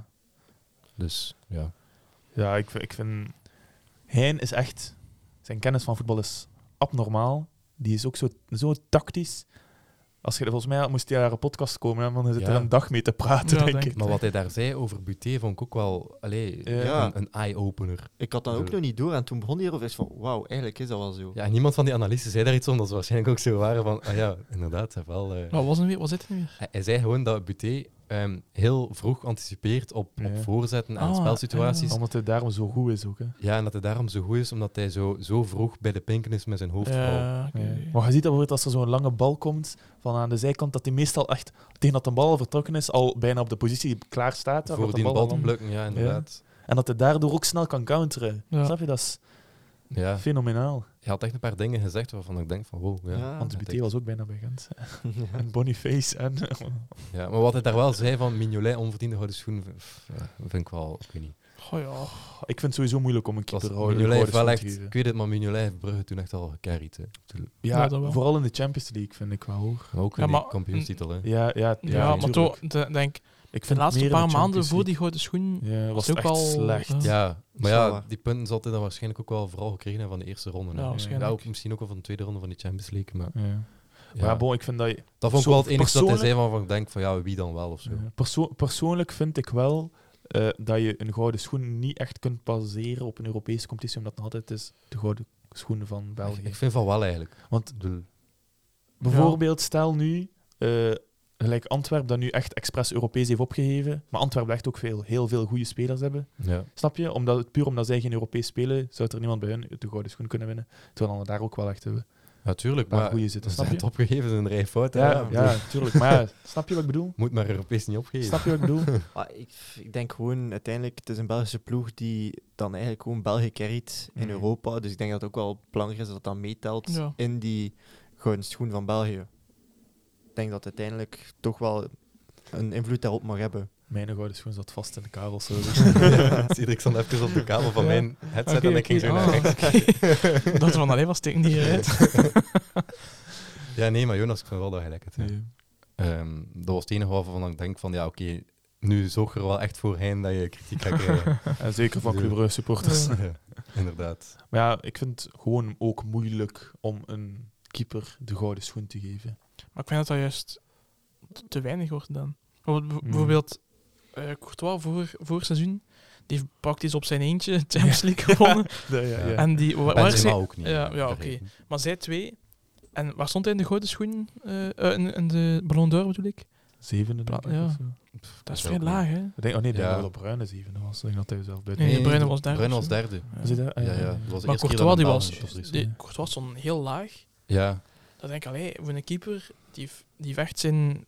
Dus ja. Ja, ik vind... Hein is echt... Zijn kennis van voetbal is abnormaal. Die is ook zo tactisch. Volgens mij moest hij naar een podcast komen, hè, want hij zit Ja. er een dag mee te praten, Ja, denk denk ik. ik. Maar wat hij daar zei over Buté vond ik ook wel Ja. een eye-opener. Ik had dat ook Zo. nog niet door en toen begon hij erover. Ik van, wauw, eigenlijk is dat wel zo. Ja, en niemand van die analisten zei daar iets om, dat ze waarschijnlijk ook zo waren van, ah ja, inderdaad, hij heeft wel... Wat was het weer? Wat zit er nu weer? Hij zei gewoon dat Buté heel vroeg anticipeert op Ja. voorzetten en Ah, spelsituaties. Omdat hij daarom zo goed is ook. Hè. Ja, en dat hij daarom zo goed is, omdat hij zo vroeg bij de pinken is met zijn hoofd. vooral. Oké. Ja. Maar je ziet dat bijvoorbeeld als er zo'n lange bal komt van aan de zijkant, dat hij meestal echt tegen dat de bal al vertrokken is, al bijna op de positie klaar staat. waar Voor dat die de bal al te lang- plukken, ja, inderdaad. En dat hij daardoor ook snel kan counteren. Ja. Snap je? Dat is Ja, fenomenaal. hij had echt een paar dingen gezegd waarvan ik denk van, wow. Ja. Ja. Want de dat BT ik- was ook bijna bij Gent. En Boniface. En Ja, maar wat hij daar wel zei van Mignolet, onverdiende gouden schoen, vind ik wel, ik weet niet. Goh ja. ik vind het sowieso moeilijk om een Het was- keeper houden. Mignolet heeft wel echt, geven. ik weet het, maar Mignolet heeft Brugge toen echt al gecarried. Hè. Ja, Ja, dat wel. vooral in de Champions League vind ik wel hoor. Ook Ja, in die maar- kampioenstitel. Hè. Ja, Ja, maar tuurlijk. toch, denk Ik de vind laatste meer in paar de maanden Champions voor die League. gouden schoen Ja, was ook het echt al slecht. Ja, maar Zal ja, wel. die punten zal hij dan waarschijnlijk ook wel vooral gekregen hebben van de eerste ronde. hè. Ja, waarschijnlijk. Ja, ook, misschien ook wel van de tweede ronde van die Champions League. Maar, Ja. ja. Maar bon, ik vind dat je... Dat vond ik wel het enige dat hij persoonlijk- zei waarvan ik denk van ja, wie dan wel of zo. Persoonlijk vind ik wel dat je een gouden schoen niet echt kunt baseren op een Europese competitie, omdat het nog altijd is de gouden schoen van België. Ik vind van wel eigenlijk. Want Ik bedoel, bijvoorbeeld, stel nu, gelijk Antwerpen dat nu echt expres Europees heeft opgegeven, maar Antwerpen echt ook heel veel goede spelers hebben. ja. Snap je? Puur omdat zij geen Europees spelen, zou er niemand bij hun de gouden schoen kunnen winnen. Terwijl we daar ook wel echt hebben. Natuurlijk, waar maar goeie zitten, ze snap zijn je? het opgegeven, is een rij fouten. Ja, tuurlijk. Maar ja, snap je wat ik bedoel? Moet maar Europees niet opgeven. Snap je wat ik bedoel? Maar ik denk gewoon, uiteindelijk, het is een Belgische ploeg die dan eigenlijk gewoon België carryt in Mhm. Europa. Dus ik denk dat het ook wel belangrijk is dat dat meetelt Ja. in die gouden schoen van België. Ik denk dat het uiteindelijk toch wel een invloed daarop mag hebben. Mijn gouden schoen zat vast in de kabel. Zo. Ja, Cedric stond even op de kabel van Ja. mijn headset Oké, en ik ging zo oké. naar rechts. oké. Dat van alleen was steken die eruit. Ja, nee, maar Jonas, ik vind wel dat je gelijk hebt. Ja. Nee. Dat was het enige waarvan ik denk van, ja, oké, nu zorg er wel echt voor heen dat je kritiek gaat krijgen. En zeker van Club Brugge supporters. Ja, inderdaad. Maar ja, ik vind het gewoon ook moeilijk om een keeper de gouden schoen te geven. Maar ik vind dat dat juist te weinig wordt gedaan. Mm. Bijvoorbeeld Courtois voor seizoen, die heeft praktisch op zijn eentje Champions League gewonnen. Ja. En die, waar is Benzema hij? ook niet. Ja, vergeten. Maar zij twee. En waar stond hij in de gouden schoen? In de Ballon d'Or bedoel ik? Zevende, denk ik. Ja. of zo. Dat is ook vrij niet. laag, hè? Ik denk, ik denk Ja. dat wel Bruyne zevende was. Ik denk dat hij zelf buiten. Nee, Bruyne was derde. Bruyne of was zo. derde. Was hij daar? Ja, ja. Dat was de Maar eerste keer Courtois, dat die een was, Belg was. Courtois stond heel laag. Ja, Dat denk ik, allee, voor een keeper, die heeft echt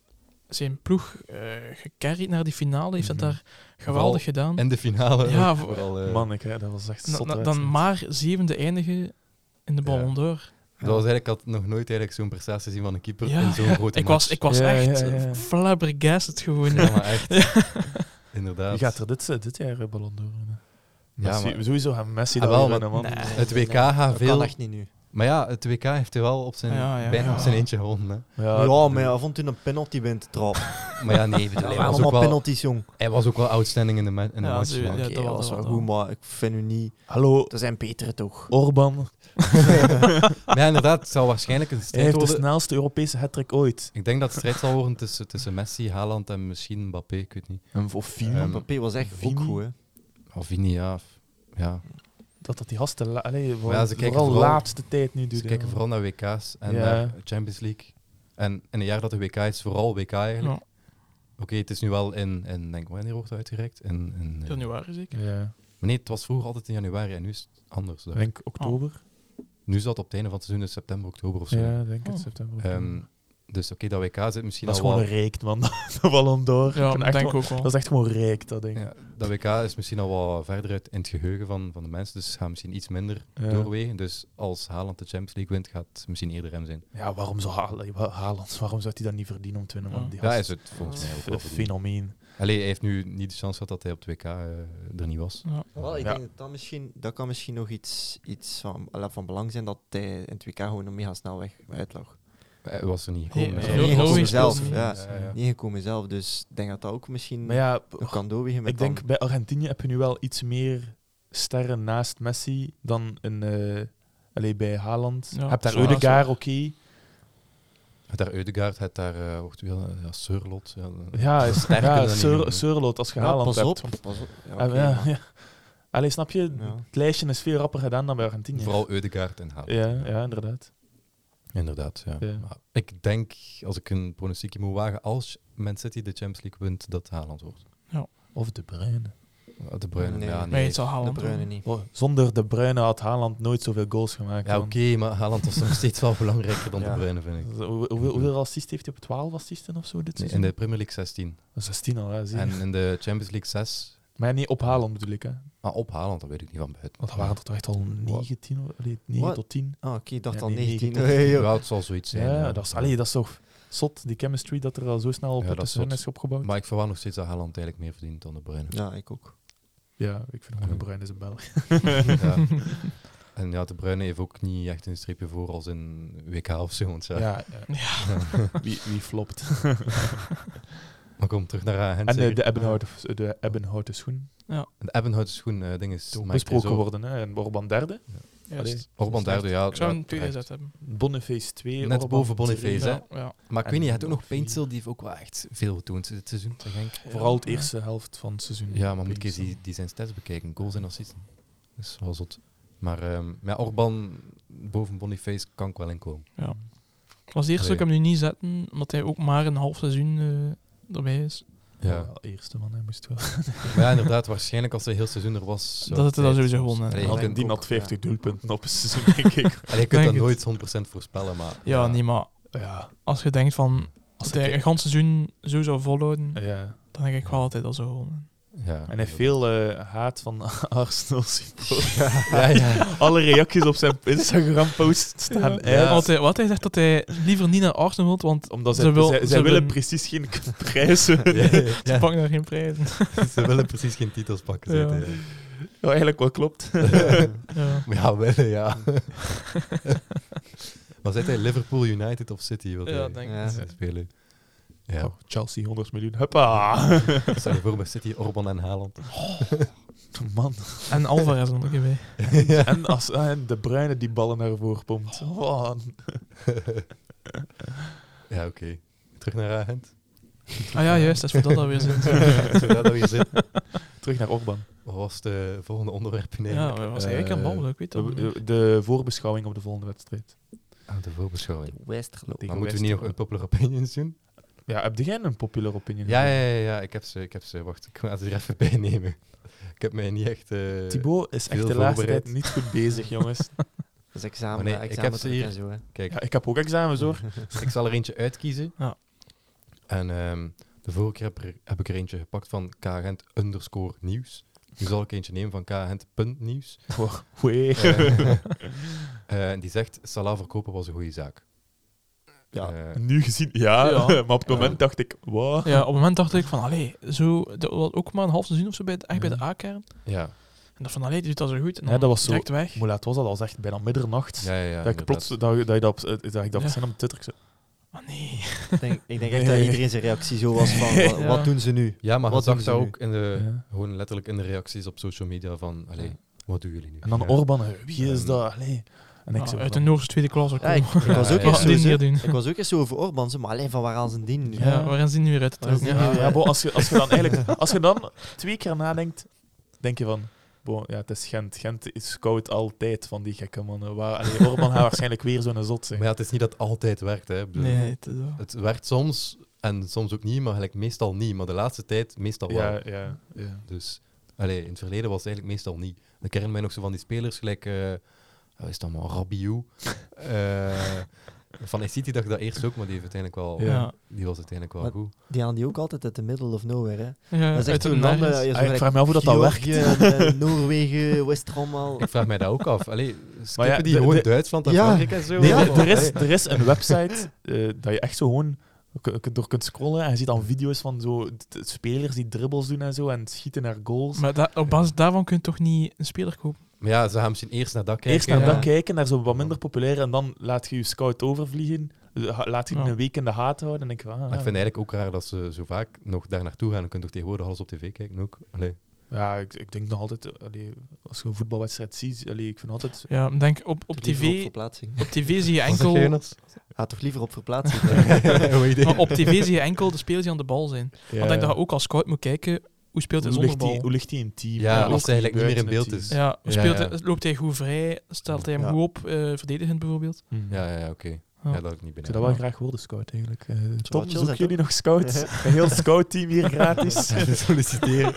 zijn ploeg gecarried naar die finale, heeft dat Mhm. daar geweldig gedaan. en de finale. Ja, ook voor- vooral, Man, dat was echt zot. Dan maar zevende eindigen in de Ballon d'Or. Dat was eigenlijk, ik had nog nooit eigenlijk zo'n prestatie gezien van een keeper Ja, in zo'n grote Ik match. was Ja, echt ja. flabbergasted gewoon. Ja, maar echt. Inderdaad. Wie gaat er dit jaar Ballon d'Or winnen? Ja, Messi, maar- sowieso gaan Messi Ah, dat wel, winnen, man. Nee. Het WK gaat Dat veel... kan echt niet nu. Maar ja, het WK heeft hij wel op zijn, Ja. bijna op zijn eentje gewonnen. Hè. Ja, maar hij vond toen een penalty bij te trappen. Maar ja, nee, bedoel, hij, was ook Allemaal wel, penalties, jong. hij was ook wel outstanding in de, in de Ja, match. zo- man. ja, Oké, dat dat was was wel wel. goed, maar ik vind u niet... Hallo, Er zijn betere toch. Orban. Maar ja, inderdaad, het zal waarschijnlijk een Hij strijd heeft de worden. snelste Europese hat-trick ooit. Ik denk dat het strijd zal worden tussen Messi, Haaland en misschien Mbappé, ik weet niet. Of Vini. Mbappé was echt Vini. ook goed, hè. Of Vini, ja. Ja. Dat die gasten Ja, ze kijken vooral vooral- laatste tijd nu doen. Ze kijken vooral naar WK's en Ja. naar Champions League. En in een jaar dat de WK is, vooral WK eigenlijk. Ja, Oké, het is nu wel in denk wanneer wordt het uitgereikt? In januari zeker. Ja, maar nee, het was vroeger altijd in januari en nu is het anders. ik denk oktober. Nu is dat op het einde van het seizoen, dus september, oktober of zo. Ja, denk het, Oh. september. Dus oké, dat WK zit misschien dat is al gewoon wel... reikt, man. De Ballon d'Or. Ja, Ik vind dat echt denk ik wel- ook wel. Dat is echt gewoon rijk, dat ding. Ja, dat WK is misschien al wat verder uit in het geheugen van de mensen, dus het gaat misschien iets minder Ja. doorwegen. Dus als Haaland de Champions League wint, gaat het misschien eerder hem zijn. Ja, waarom zou Haaland, waarom zou hij dat niet verdienen om te winnen, man? Ja. Die Ja, gast is het volgens mij ook wel een verdiend. fenomeen. Allee, hij heeft nu niet de chance gehad dat hij op het WK er niet was. Ja. Wel, ik Ja. denk dat kan misschien nog iets van belang zijn dat hij in het WK gewoon nog mega snel uit lag. Hij was er niet Nee, gekomen. nee, zelf. niet gekomen logisch zelf, gesproken ja. niet. Ja, ja. Niet gekomen zelf, dus ik denk dat dat ook misschien Maar ja, nog kan doorwegen met ik denk bij Argentinië heb je nu wel iets meer sterren naast Messi dan bij Haaland. Ja, Je hebt daar zwaar, Ødegaard, zwaar. oké. Het daar Ødegaard, het daar Surlot. Ja, sterker dan die Sur- noemen. Surlot als je Ja, Haaland pas op. hebt. Pas op. Ja, Ja, oké, ja, maar- ja. Allee, snap je? Ja. Het lijstje is veel rapper gedaan dan bij Argentinië. Vooral Ødegaard en Haaland. Ja, inderdaad. Inderdaad, ja. Ja. Maar ik denk, als ik een pronostiekje moet wagen, als Man City de Champions League wint, dat Haaland wordt. Of De Bruyne. De Bruyne, Nee. ja, Nee, nee. het zal De Haaland Bruyne worden. niet. Oh, zonder De Bruyne had Haaland nooit zoveel goals gemaakt. Ja, man. oké, maar Haaland was nog steeds wel belangrijker dan Ja. De Bruyne, vind ik. Hoeveel assisten heeft hij op 12 assisten of zo dit Nee, seizoen? in de Premier League 16. 16 al, hè, zie je. En in de Champions League 6. Maar niet op Haaland bedoel ik, hè. Ah, op Haaland, dat weet ik niet van buiten. Want dan waren er toch echt al 19, of- allee, 9 Wat? tot 10. Ah, oké, ik dacht Ja, al nee, 19. 19. Ja, het zal zoiets zijn. Ja, dat is toch zot, die chemistry dat er al zo snel op Ja, dat is tussen hen zot. is opgebouwd. Maar ik verwacht nog steeds dat Haaland eigenlijk meer verdient dan De Bruyne. Ja, ik ook. Ja, ik vind gewoon De Bruyne is een Belg. Ja. En ja, De Bruyne heeft ook niet echt een streepje voor als in WK of zo. Want ja. Ja, wie flopt. Maar kom terug naar Hens. En de ebbenhouten schoen. De ebbenhouten schoen ding is Toen Mike besproken Tresor. worden, hè. En Orban derde. Juist. Orban derde, ja. Ik zou ja, een tweede terecht. gezet hebben. Boniface 2. Net Orban boven Boniface, 3. hè. Ja, ja. Maar ik En weet niet, je hebt ook nog nog Paintsil, die heeft ook wel echt veel getoond dit seizoen, zeg ik. Vooral het eerste helft van het seizoen. Ja, maar moet ik eens die zijn stats bekijken. Goals en assisten. Dat is wel zot. Maar Orban boven Boniface kan ik wel inkomen. Ja. Het was de eerste dat ik hem nu niet zetten, omdat hij ook maar een half seizoen erbij is. Ja. Wel, eerste man, hij moest wel. Maar ja, inderdaad, waarschijnlijk als hij heel seizoen er was... zou Dat het er dan tijd sowieso soms- gewonnen. Allee, je Al kunt, die Die ook, had 50 ja. doelpunten op een seizoen, denk ik. allee, je kunt Denk dat het. nooit 100% voorspellen, maar... Ja, niet, maar Ja, als je denkt van... Als hij een ganse seizoen zo zou volhouden, ja. dan denk ik wel dat hij dat zou gewonnen. Ja, En hij heeft veel haat van Arsenal supporters. Ja. Alle reacties op zijn Instagram-post staan Ja. uit. Wat hij zegt dat hij liever niet naar Arsenal wilt, want Omdat Ze zij, wil- zij ze willen willen- precies geen prijzen. ze Ja. pakken daar geen prijzen. Ze willen precies geen titels pakken. Ja. zei hij. Ja, eigenlijk wel klopt. Ja. Maar ja, willen, ja. Maar zei hij Liverpool, United of City? Wat Ja, hij denk ik. zou spelen. Ja. Oh, Chelsea 100 miljoen. Huppa! Stel je voor bij City, Orban en Haaland. Man. En Alvarez er nog een bij. Ja. En de Bruyne die ballen naar voren pompt. Oh. Ja, oké. Terug naar Agent. Ah ja, juist, dat is voor dat weer zin. Zodat dat weer zit. Terug naar Orban. Wat was het volgende onderwerp? Nee. Ja, maar was eigenlijk aan babbelen, ik weet dat niet. De voorbeschouwing op de volgende wedstrijd. De voorbeschouwing. Westerlo. Tegen Maar moeten we niet nog Westerlo. een popular opinions doen? Ja, heb jij een popular opinion? Ja. Ik heb ze. Wacht, ik ga ze er even bij nemen. Ik heb mij niet echt... Thibaut is echt veel de laatste voorbereid. tijd niet goed bezig, jongens. Dat is examen, Maar nee, ik heb ze hier. en zo, hè. Kijk, Ja, ik heb ook examens hoor. ik zal er eentje uitkiezen. Ja. En de vorige keer heb ik er eentje gepakt van kagent_nieuws. Nu zal ik eentje nemen van kagent.nieuws. Wee. En die zegt, Salah verkopen was een goede zaak. Ja. Nu gezien, ja, Ja. maar op het moment dacht ik, wow. Ja, op het moment dacht ik van, allee, zo, dat was ook maar een half seizoen of zo echt bij de A-kern. Ja, En dat van, allee, die doet dat zo goed. En Ja, dan dat was zo- direct weg. Hoe laat was dat? Dat was echt bijna middernacht. ja. Dat ik plots dat ik dat Ja. gezien op Twitter. Ik zei, Ah nee. Ik denk echt dat iedereen zijn reactie zo was van, Ja. wat doen ze nu? Ja, maar je Wat zag doen dat ze nu? ook in de, Ja. gewoon letterlijk in de reacties op social media van, allee, wat doen jullie nu? En dan Ja. Orban, wie is dat? Allee. En ik Ah, zo uit de van, Noorse tweede klasse Ja, ik komen. was ook ja, eerst ja. zo, Niet doen. ik was ook eerst zo over Orban, zo, maar alleen van waar aan zijn dien nu? Ja, waarin zien die weer uit te Waar trekken? zien die Ja, bo, als je dan eigenlijk, als je dan 2 keer nadenkt, denk je van, bo, ja, het is Gent. Gent is scout altijd van die gekke mannen. Orban gaat waarschijnlijk weer zo'n zot zijn. Maar ja, het is niet dat het altijd werkt. Hè. Ik bedoel, Nee, het is wel. Het werkt soms en soms ook niet, maar gelijk meestal niet. Maar de laatste tijd meestal wel. Ja. Dus allee, in het verleden was het eigenlijk meestal niet. Dan herinner mij nog zo van die spelers, gelijk, wat is dat maar, Rabiot. Van City dacht ik dat eerst ook, maar die, heeft uiteindelijk wel, Ja. die was uiteindelijk wel Maar- goed. Die halen die ook altijd uit de middle of nowhere, hè? Ja, Dat is echt uit de zo'n land, nergens. ja, zo Ah, ik gelijk vraag me af hoe dat werkt. Georgië, Noorwegen, West Ham al. Ik vraag mij dat ook af. Allee, skippen ja, die de- gewoon de- Duitsland en Ja. Frankrijk en zo? Nee, Of- er is een website dat je echt zo gewoon door kunt scrollen en je ziet dan video's van zo spelers die dribbles doen en zo en schieten naar goals. Maar op basis daarvan kun je toch niet een speler kopen? Maar ja, ze gaan misschien eerst naar dat kijken. Eerst naar ja. dat kijken, naar zo wat minder populair, en dan laat je je scout overvliegen. Laat je Ja. een week in de gaten houden en denk je, Maar ik vind eigenlijk ook raar dat ze zo vaak nog daar naartoe gaan. Dan kun je toch tegenwoordig alles op tv kijken ook. Allee. ja, ik denk nog altijd, als je een voetbalwedstrijd ziet, ik vind altijd... Ja, ik denk op Liever op tv... verplaatsing. Op tv zie je Wat zeg jij, enkel... Jonas? Ga toch liever op verplaatsing. Hoe idee? Maar op tv zie je enkel de spelers die aan de bal zijn. Ja, Want ik denk dat je ook als scout moet kijken, hoe speelt hij hoe zonder ligt bal? hoe ligt hij in het team? Ja, Hoe als hij eigenlijk niet meer in buiten beeld het is. Ja, hoe Ja, speelt ja. Hij, loopt hij goed vrij? Stelt hij hem Ja. goed op? Verdedigend bijvoorbeeld? team. Ja, oké. Ja. Ja, dat had ik niet Ik binnen. zou dat wel graag worden, scout eigenlijk. Tom, chill zoeken zijn, jullie nog scouts? Een heel scoutteam hier gratis. solliciteren.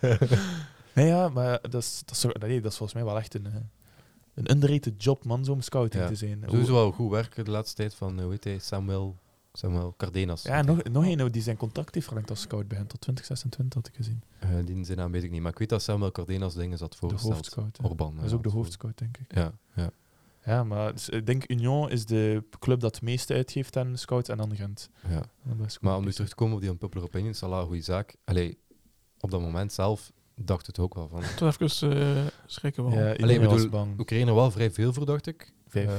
Nee, ja, maar dat is volgens mij wel echt een underrated job, man, zo om scouting Ja. te zijn. Sowieso wel goed werken de laatste tijd van, hoe heet hij, Samuel Cardenas. Ja, nog één die zijn contract heeft verlengd als scout bij hen tot 2026, had ik gezien. Die zijn naam weet ik niet, maar ik weet dat Samuel Cardenas dingen zat De voorgesteld. hoofdscout. hè. Orban. Dat is ook de hoofdscout, denk ik. Ja. Ja, maar dus, ik denk Union is de club dat het meeste uitgeeft aan scouts en dan Gent. Maar om nu terug te komen op die unpopular opinion, Salah, goede zaak. Allee, op dat moment zelf dacht het ook wel van. Toch even schrikken wel. Ja, Allee, iedereen was bedoel, bang. We kregen er wel vrij veel voor, dacht ik.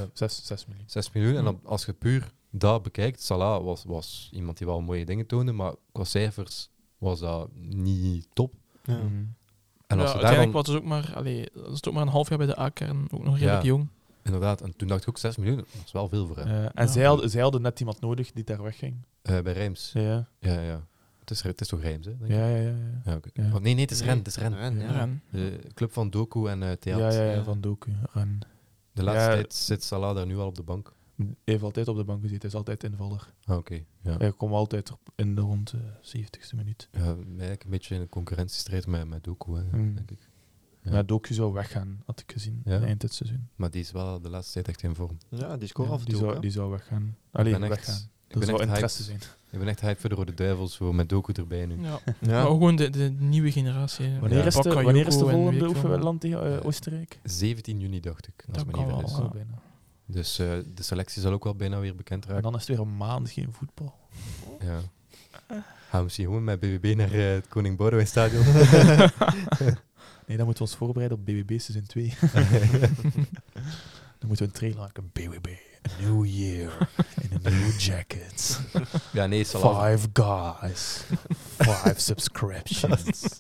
6 miljoen. 6 miljoen. En dan, als je puur dat bekijkt, Salah was iemand die wel mooie dingen toonde, maar qua cijfers was dat niet top. Ja. Mhm. En Ja, als je daar uiteindelijk dan, was het ook maar, dat is ook maar een half jaar bij de A-kern, ook nog redelijk Ja. jong. inderdaad, en toen dacht ik ook 6 miljoen, dat is wel veel voor hem. En Ja. zij hadden net iemand nodig die daar wegging. Bij Reims. Ja, Ja. Het is toch Reims, hè? Denk ik? ja. Ja, oké. Ja. Oh, nee, het is Nee. Ren. Het is Ren. Ren, ja. Ren. De club van Doku en Theat. Ja, van Doku. Ren. De laatste Ja. tijd zit Salah daar nu al op de bank. Hij heeft altijd op de bank gezeten, hij is altijd invaller. Ah, oké. Ja. Hij komt altijd in de rond de 70ste minuut. Ja, eigenlijk een beetje in een concurrentiestrijd met Doku, hè, Mm. denk ik. Ja. Ja, Doku zou weggaan, had ik gezien, Ja. eind dit seizoen. Maar die is wel de laatste tijd echt in vorm. Ja, die scoort Ja, af en die, toe. zou, hè. die zou weggaan. Allee, ben echt- weggaan. Ik Er ben zou echt interesse hyped. zijn. Ik ben echt hype voor de Rode Duivels, voor met Doku erbij nu. Ja. Ja. Maar ook gewoon de nieuwe generatie. Wanneer is de Bakayoko en volgende weet ik veel. oefenland tegen Oostenrijk? 17 juni, dacht ik. Als Dat me kan niet wel, vergis. ja. Oh, bijna. Dus de selectie zal ook wel bijna weer bekend En raken. dan is het weer een maand geen voetbal. Ja. Gaan we misschien gewoon met BBB naar het Koning Boudewijn Stadion? Nee, dan moeten we ons voorbereiden op BBB seizoen 2. Dan moeten we een trailer maken. BBB, a new year, in a new jacket. Ja, nee, Salah. 5 guys, 5 subscriptions.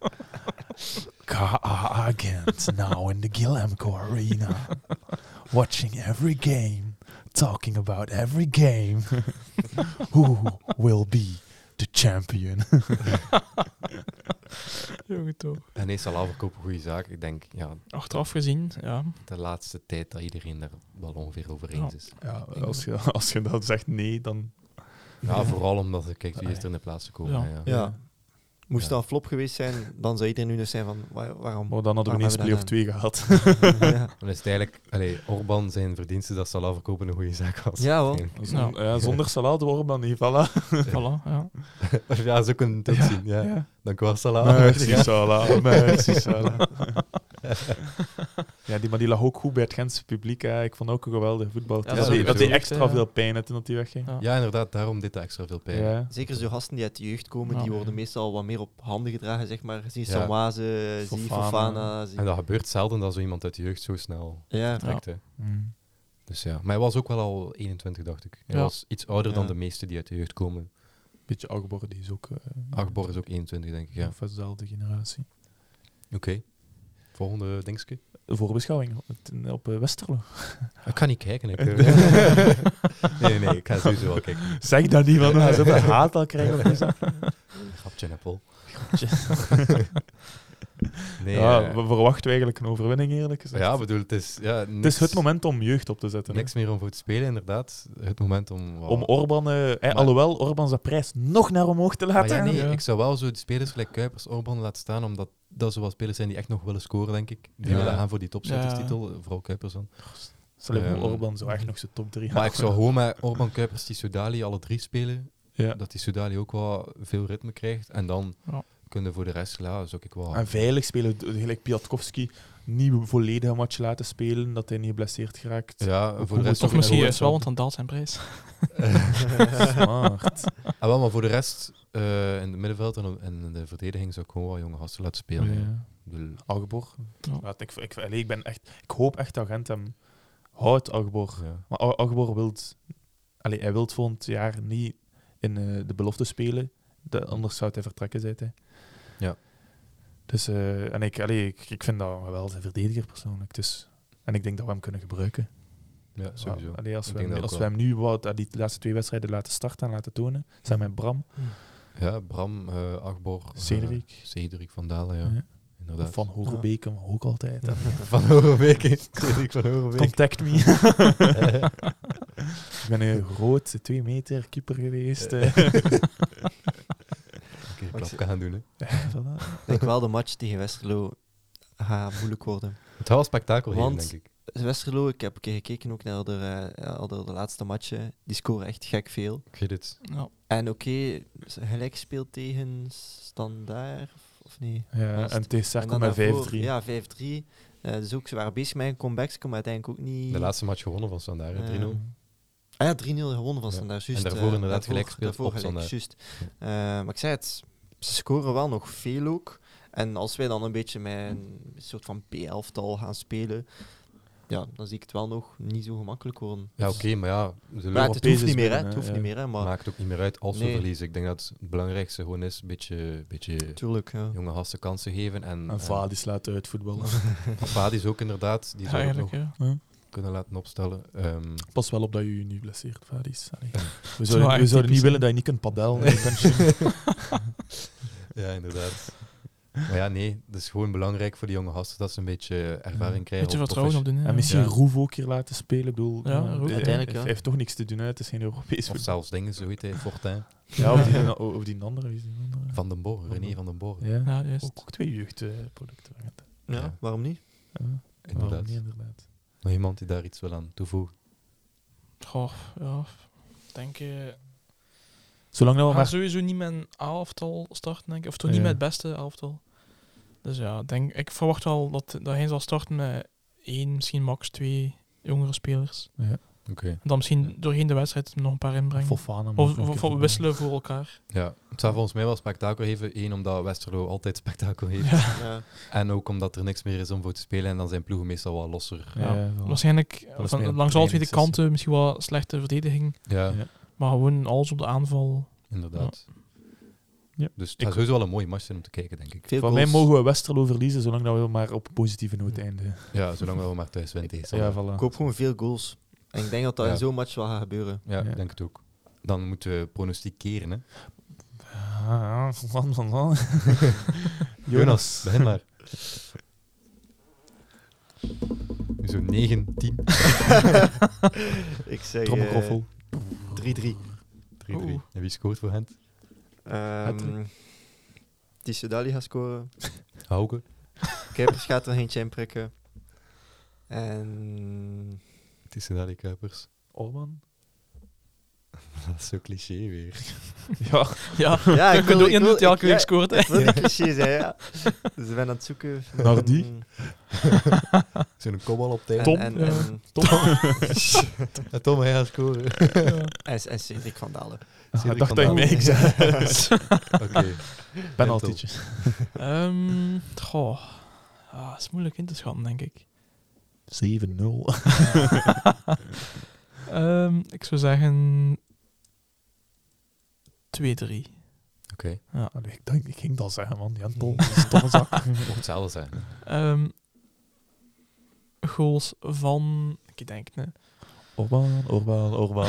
Agent now in the Gillemco Arena. Watching every game, talking about every game. Who will be the champion? Jongen toch. En nee, Salah verkoopt een goede zaak. Ik denk, ja, Achteraf gezien, ja. de laatste tijd dat iedereen daar wel ongeveer over Ja. eens is. Ja, als je dan zegt nee, dan... Ja, vooral omdat je kijkt wie is er in de plaats gekomen. Ja. hè, Ja. Ja. Moest Ja. dat een flop geweest zijn, dan zou iedereen nu nog zijn van waarom? Maar dan hadden we Waarom ineens hebben we play-off dat 2 gehad. ja. Dan is het eigenlijk, Orban zijn verdienste dat Salah verkopen een goede zaak was. Ja, wel. Eigenlijk. Ja, zonder Salah de Orban niet, voilà. Voilà, ja. Ja, zo kunnen we het ook zien. Ja. Dank u wel, Salah. Merci Ja. Salah, merci Salah. Ja, maar die lag ook goed bij het Gentse publiek. Hè. Ik vond ook een geweldige voetbal. Ja, dat sowieso. die extra Ja. veel pijn had toen dat hij wegging. Ja. Ja, inderdaad, daarom dit extra veel pijn. Ja. Zeker zo gasten die uit de jeugd komen, Ja. die worden meestal wat meer op handen gedragen, zeg maar. Zie Ja. Samwaze, zie Fofana. Fofana. Zie... En dat gebeurt zelden dat zo iemand uit de jeugd zo snel Ja. trekt. Hè. Mm. Dus ja. Maar hij was ook wel al 21, dacht ik. Hij Ja. was iets ouder dan Ja. de meesten die uit de jeugd komen. Beetje Agbor, die is ook... Agbor is ook 21, denk ik. Ja. Of dezelfde generatie. Oké. Volgende dingetje. De voorbeschouwing op Westerlo. Ik ga niet kijken. Nee, ik ga sowieso wel kijken. Zeg dat niet, want we gaan zoveel haat al krijgen op die zaak. Grapje, Apple. Nee, Ja, we verwachten eigenlijk een overwinning, eerlijk gezegd. ja, bedoel, het is... Ja, Het is het moment om jeugd op te zetten. hè. Niks meer om voor te spelen, inderdaad. Het moment om... Om Orban, alhoewel Orban zijn prijs nog naar omhoog te Maar laten. ja, nee, gaan. ik zou wel zo de spelers gelijk Kuipers, Orban laten staan, omdat dat zo wat spelers zijn die echt nog willen scoren, denk ik. Die Ja. willen gaan voor die topschutterstitel, vooral Kuipers dan. Stel je voor, Ehm, Orban zou echt nog zijn top 3 Maar ik zou gewoon met Orban, Kuipers, die Soudali alle drie spelen. Ja. Dat die Soudali ook wel veel ritme krijgt. En dan Ja. kunnen voor de rest, ja, zou ik wel... En veilig spelen, gelijk Piatkowski, niet volledig een match laten spelen, dat hij niet geblesseerd geraakt. Ja, voor de rest... Of ook misschien nog- juist wel, want dan daalt zijn prijs. Smart. Ah, wel, maar voor de rest, in het middenveld en in de verdediging zou ik gewoon wel jonge gasten laten spelen. Ja. Ik bedoel, Agbor. Ja. Ja, ik hoop echt dat Gent hem houdt, Agbor. ja. Maar Agbor hij wil volgend jaar niet in de belofte spelen. Anders zou hij vertrekken, zei hij. Ja. Dus, en ik vind dat wel zijn verdediger persoonlijk. Dus, en ik denk dat we hem kunnen gebruiken. Ja, sowieso. Als Ik we, denk hem, dat als ook we hem nu die laatste 2 wedstrijden laten starten en laten tonen, zijn met Bram, Ja, Bram, Agbor, Cedric. Van Dalen, ja. Ja. Inderdaad. Van Hogebeke ook altijd. hè. Van Horenbeek. Cedric van Horenbeek. Contact me. Ik ben een groot 2 meter keeper geweest. Een klap gaan doen, hè. Voilà. Ik denk wel de match tegen Westerlo gaat moeilijk worden. Het gaat wel spektakel geven, Want- denk ik. Westerlo, ik heb een keer gekeken ook naar de laatste matchen. Die scoren echt gek veel. Ik weet het. Ja. En oké, gelijk speelt tegen Standaard, of niet? Ja, Was en het- tegen Cercle dan met daarvoor- 5-3. Ja, 5-3. Dus ook, ze waren bezig met een comeback, maar uiteindelijk ook niet... De laatste match gewonnen van Standaard, hè, 3-0. Ah ja, 3-0 gewonnen van Ja. Standaard, En juist. daarvoor inderdaad gelijk gespeeld daarvoor op gelijk, Standaard. juist. Maar ik zei het, ze scoren wel nog veel ook. En als wij dan een beetje met een soort van B-elftal gaan spelen, ja, dan zie ik het wel nog niet zo gemakkelijk worden. Ja, oké, maar ja, de Maar Europa het hoeft niet meer, hè. binnen, Het hoeft ja. niet meer, hè. Maar maakt ook niet meer uit als we Nee. verliezen. Ik denk dat het belangrijkste gewoon is een beetje tuurlijk, ja. jonge gasten kansen geven. En Vadi slaat uit voetballen. Vadis ook inderdaad, die zou ik nog Eigenlijk, ja. kunnen laten opstellen. Pas wel op dat je je niet blesseert, Vadis. Allee. We wel zouden echt niet typisch, willen dat je niet kunt padellen. Je kunt- ja, inderdaad. Maar ja, nee, het is gewoon belangrijk voor die jonge gasten dat ze een beetje ervaring krijgen. Beetje vertrouwen op de En misschien Ja. Roef ook hier laten spelen. Ik bedoel, Ja, Roef. Uiteindelijk, hij ja. heeft toch niks te doen uit. Het is geen Europees Of voetbal. zelfs dingen, zo heet hij, Fortin. Ja, of die andere. Wie is die andere? Van den Borre, René van den Borre. Ja, Ja, juist. ook 2 jeugdproducten. Ja, Ja. waarom niet? Inderdaad. Waarom niet, inderdaad. Nog iemand die daar iets wil aan toevoegen? Goh, ja. Ik denk... Zolang dat we We gaan maar... sowieso niet met een A-elftal starten, denk ik. Of toch niet Ja. met het beste elftal. Dus ja, ik verwacht wel dat hij zal starten met 1, misschien max 2 jongere spelers. Oké. En dan misschien doorheen de wedstrijd nog een paar inbrengen. Fofana. Of wisselen voor elkaar. Ja, het zou volgens mij wel spektakel geven. Eén, omdat Westerlo altijd spektakel heeft. Ja. Ja. En ook omdat er niks meer is om voor te spelen. En dan zijn ploegen meestal wat losser. Ja, Waarschijnlijk is meer een langs alle twee de trainingssessie. kanten misschien wel slechte verdediging. Ja, Ja. Maar gewoon alles op de aanval. inderdaad. Ja. Dus het gaat sowieso wel een mooie match zijn om te kijken, denk ik. Veel Van mij goals. mogen we Westerlo verliezen, zolang dat we maar op positieve noot eindigen. Ja, zolang we maar thuis winnen. Ja, voilà. Ik hoop gewoon veel goals. En ik denk dat dat Ja. in zo'n match wel gaat gebeuren. Ja, Ja. ik denk het ook. Dan moeten we pronosticeren, hè. Man. Jonas, begin maar. Zo 9, 10, 3-3. Ik zeg Trommelgroffel. 3-3. Oeh. En wie scoort voor Gent? Tissoudali gaat scoren. Hauke. Kuipers gaat er eentje in prikken. En... Het is Dali Kuipers. Orban. Dat is zo cliché weer. Ja. Ja, Ja, ik wil ook niet dat hij elke week scoort. Hè. Ik wil niet cliché zijn, ja. Dus we zijn aan het zoeken. Naar die? Zo'n kopbal op tijd. Tom. En En Tom, hij gaat scoren. en Cedric van Dalen. Ik dacht dat je mij zei. Oké. Penaltytje. Goh. Ah, dat is moeilijk in te schatten, denk ik. 7-0. Ik zou zeggen 2-3. Oké. Ik ging dat zeggen, man. Jan Tol. Stomme zak. Mocht hetzelfde zijn. Goals van... Ik denk, nee. Orban.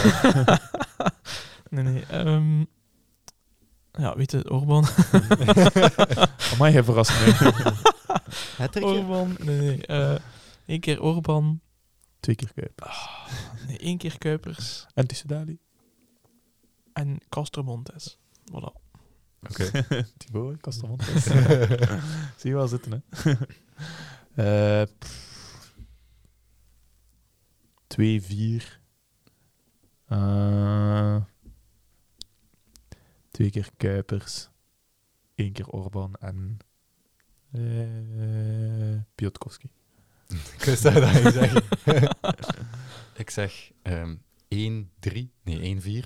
Nee. Ja, weet je, Orban. Amai, jij verrast mij. Hattrickje? Orban. Nee. 1 keer Orban. 2 keer Kuip. Nee, 1 keer Kuipers. En Tissoudali. En Castro Montes. Voilà. Oké. Thibaut, Castamontes. Zie je wel zitten, hè. 2-4. 2 keer Kuipers. 1 keer Orban en Piotkowski. Ik wist dat je dat ging zeggen. Ik zeg 1-3. Nee, 1-4.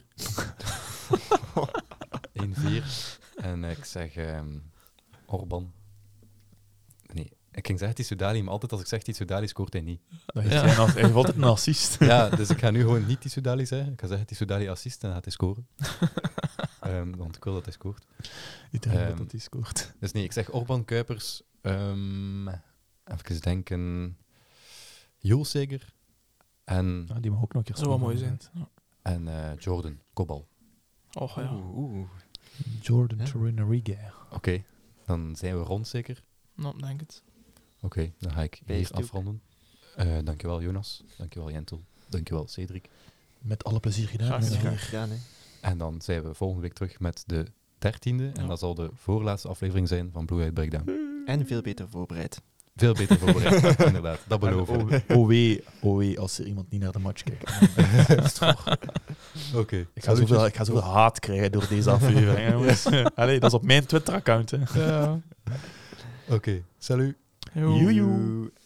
1-4. En ik zeg Orban. Nee, ik ging zeggen Tissoudali, maar altijd als ik zeg Tissoudali scoort hij niet. Dat heeft hij heeft altijd een assist. Ja, dus ik ga nu gewoon niet Tissoudali zeggen. Ik ga zeggen Tissoudali assist en dan gaat hij scoren. Want ik wil dat hij scoort. Iedereen weet dat hij scoort. Dus nee, ik zeg Orban, Kuipers, even denken, Joelseger en, Ja, die mag ook nog een keer Dat zou wel scoren, mooi zijn. Ja. en Jordan, kopbal. Oh ja. Oeh. Jordan Ja. Torunariga. Oké, dan zijn we rond zeker. Nou, denk het. Oké, dan ga ik Bij hier Stoek. afronden. Dankjewel Jonas, dankjewel Jentel, dankjewel Cedric. Met alle plezier gedaan. Graag gedaan. meneer. Graag gedaan, hè. En dan zijn we volgende week terug met de 13e. En dat zal de voorlaatste aflevering zijn van Blue Eyed Breakdown. En veel beter voorbereid. Veel beter voorbereid, inderdaad. Dat beloven we. Oh wee, als er iemand niet naar de match kijkt. Oké. Ik ga zoveel haat krijgen door deze aflevering. hè, jongens. Allee, dat is op mijn Twitter-account. Hè. Ja. Oké, salut. Joe. Joejoe.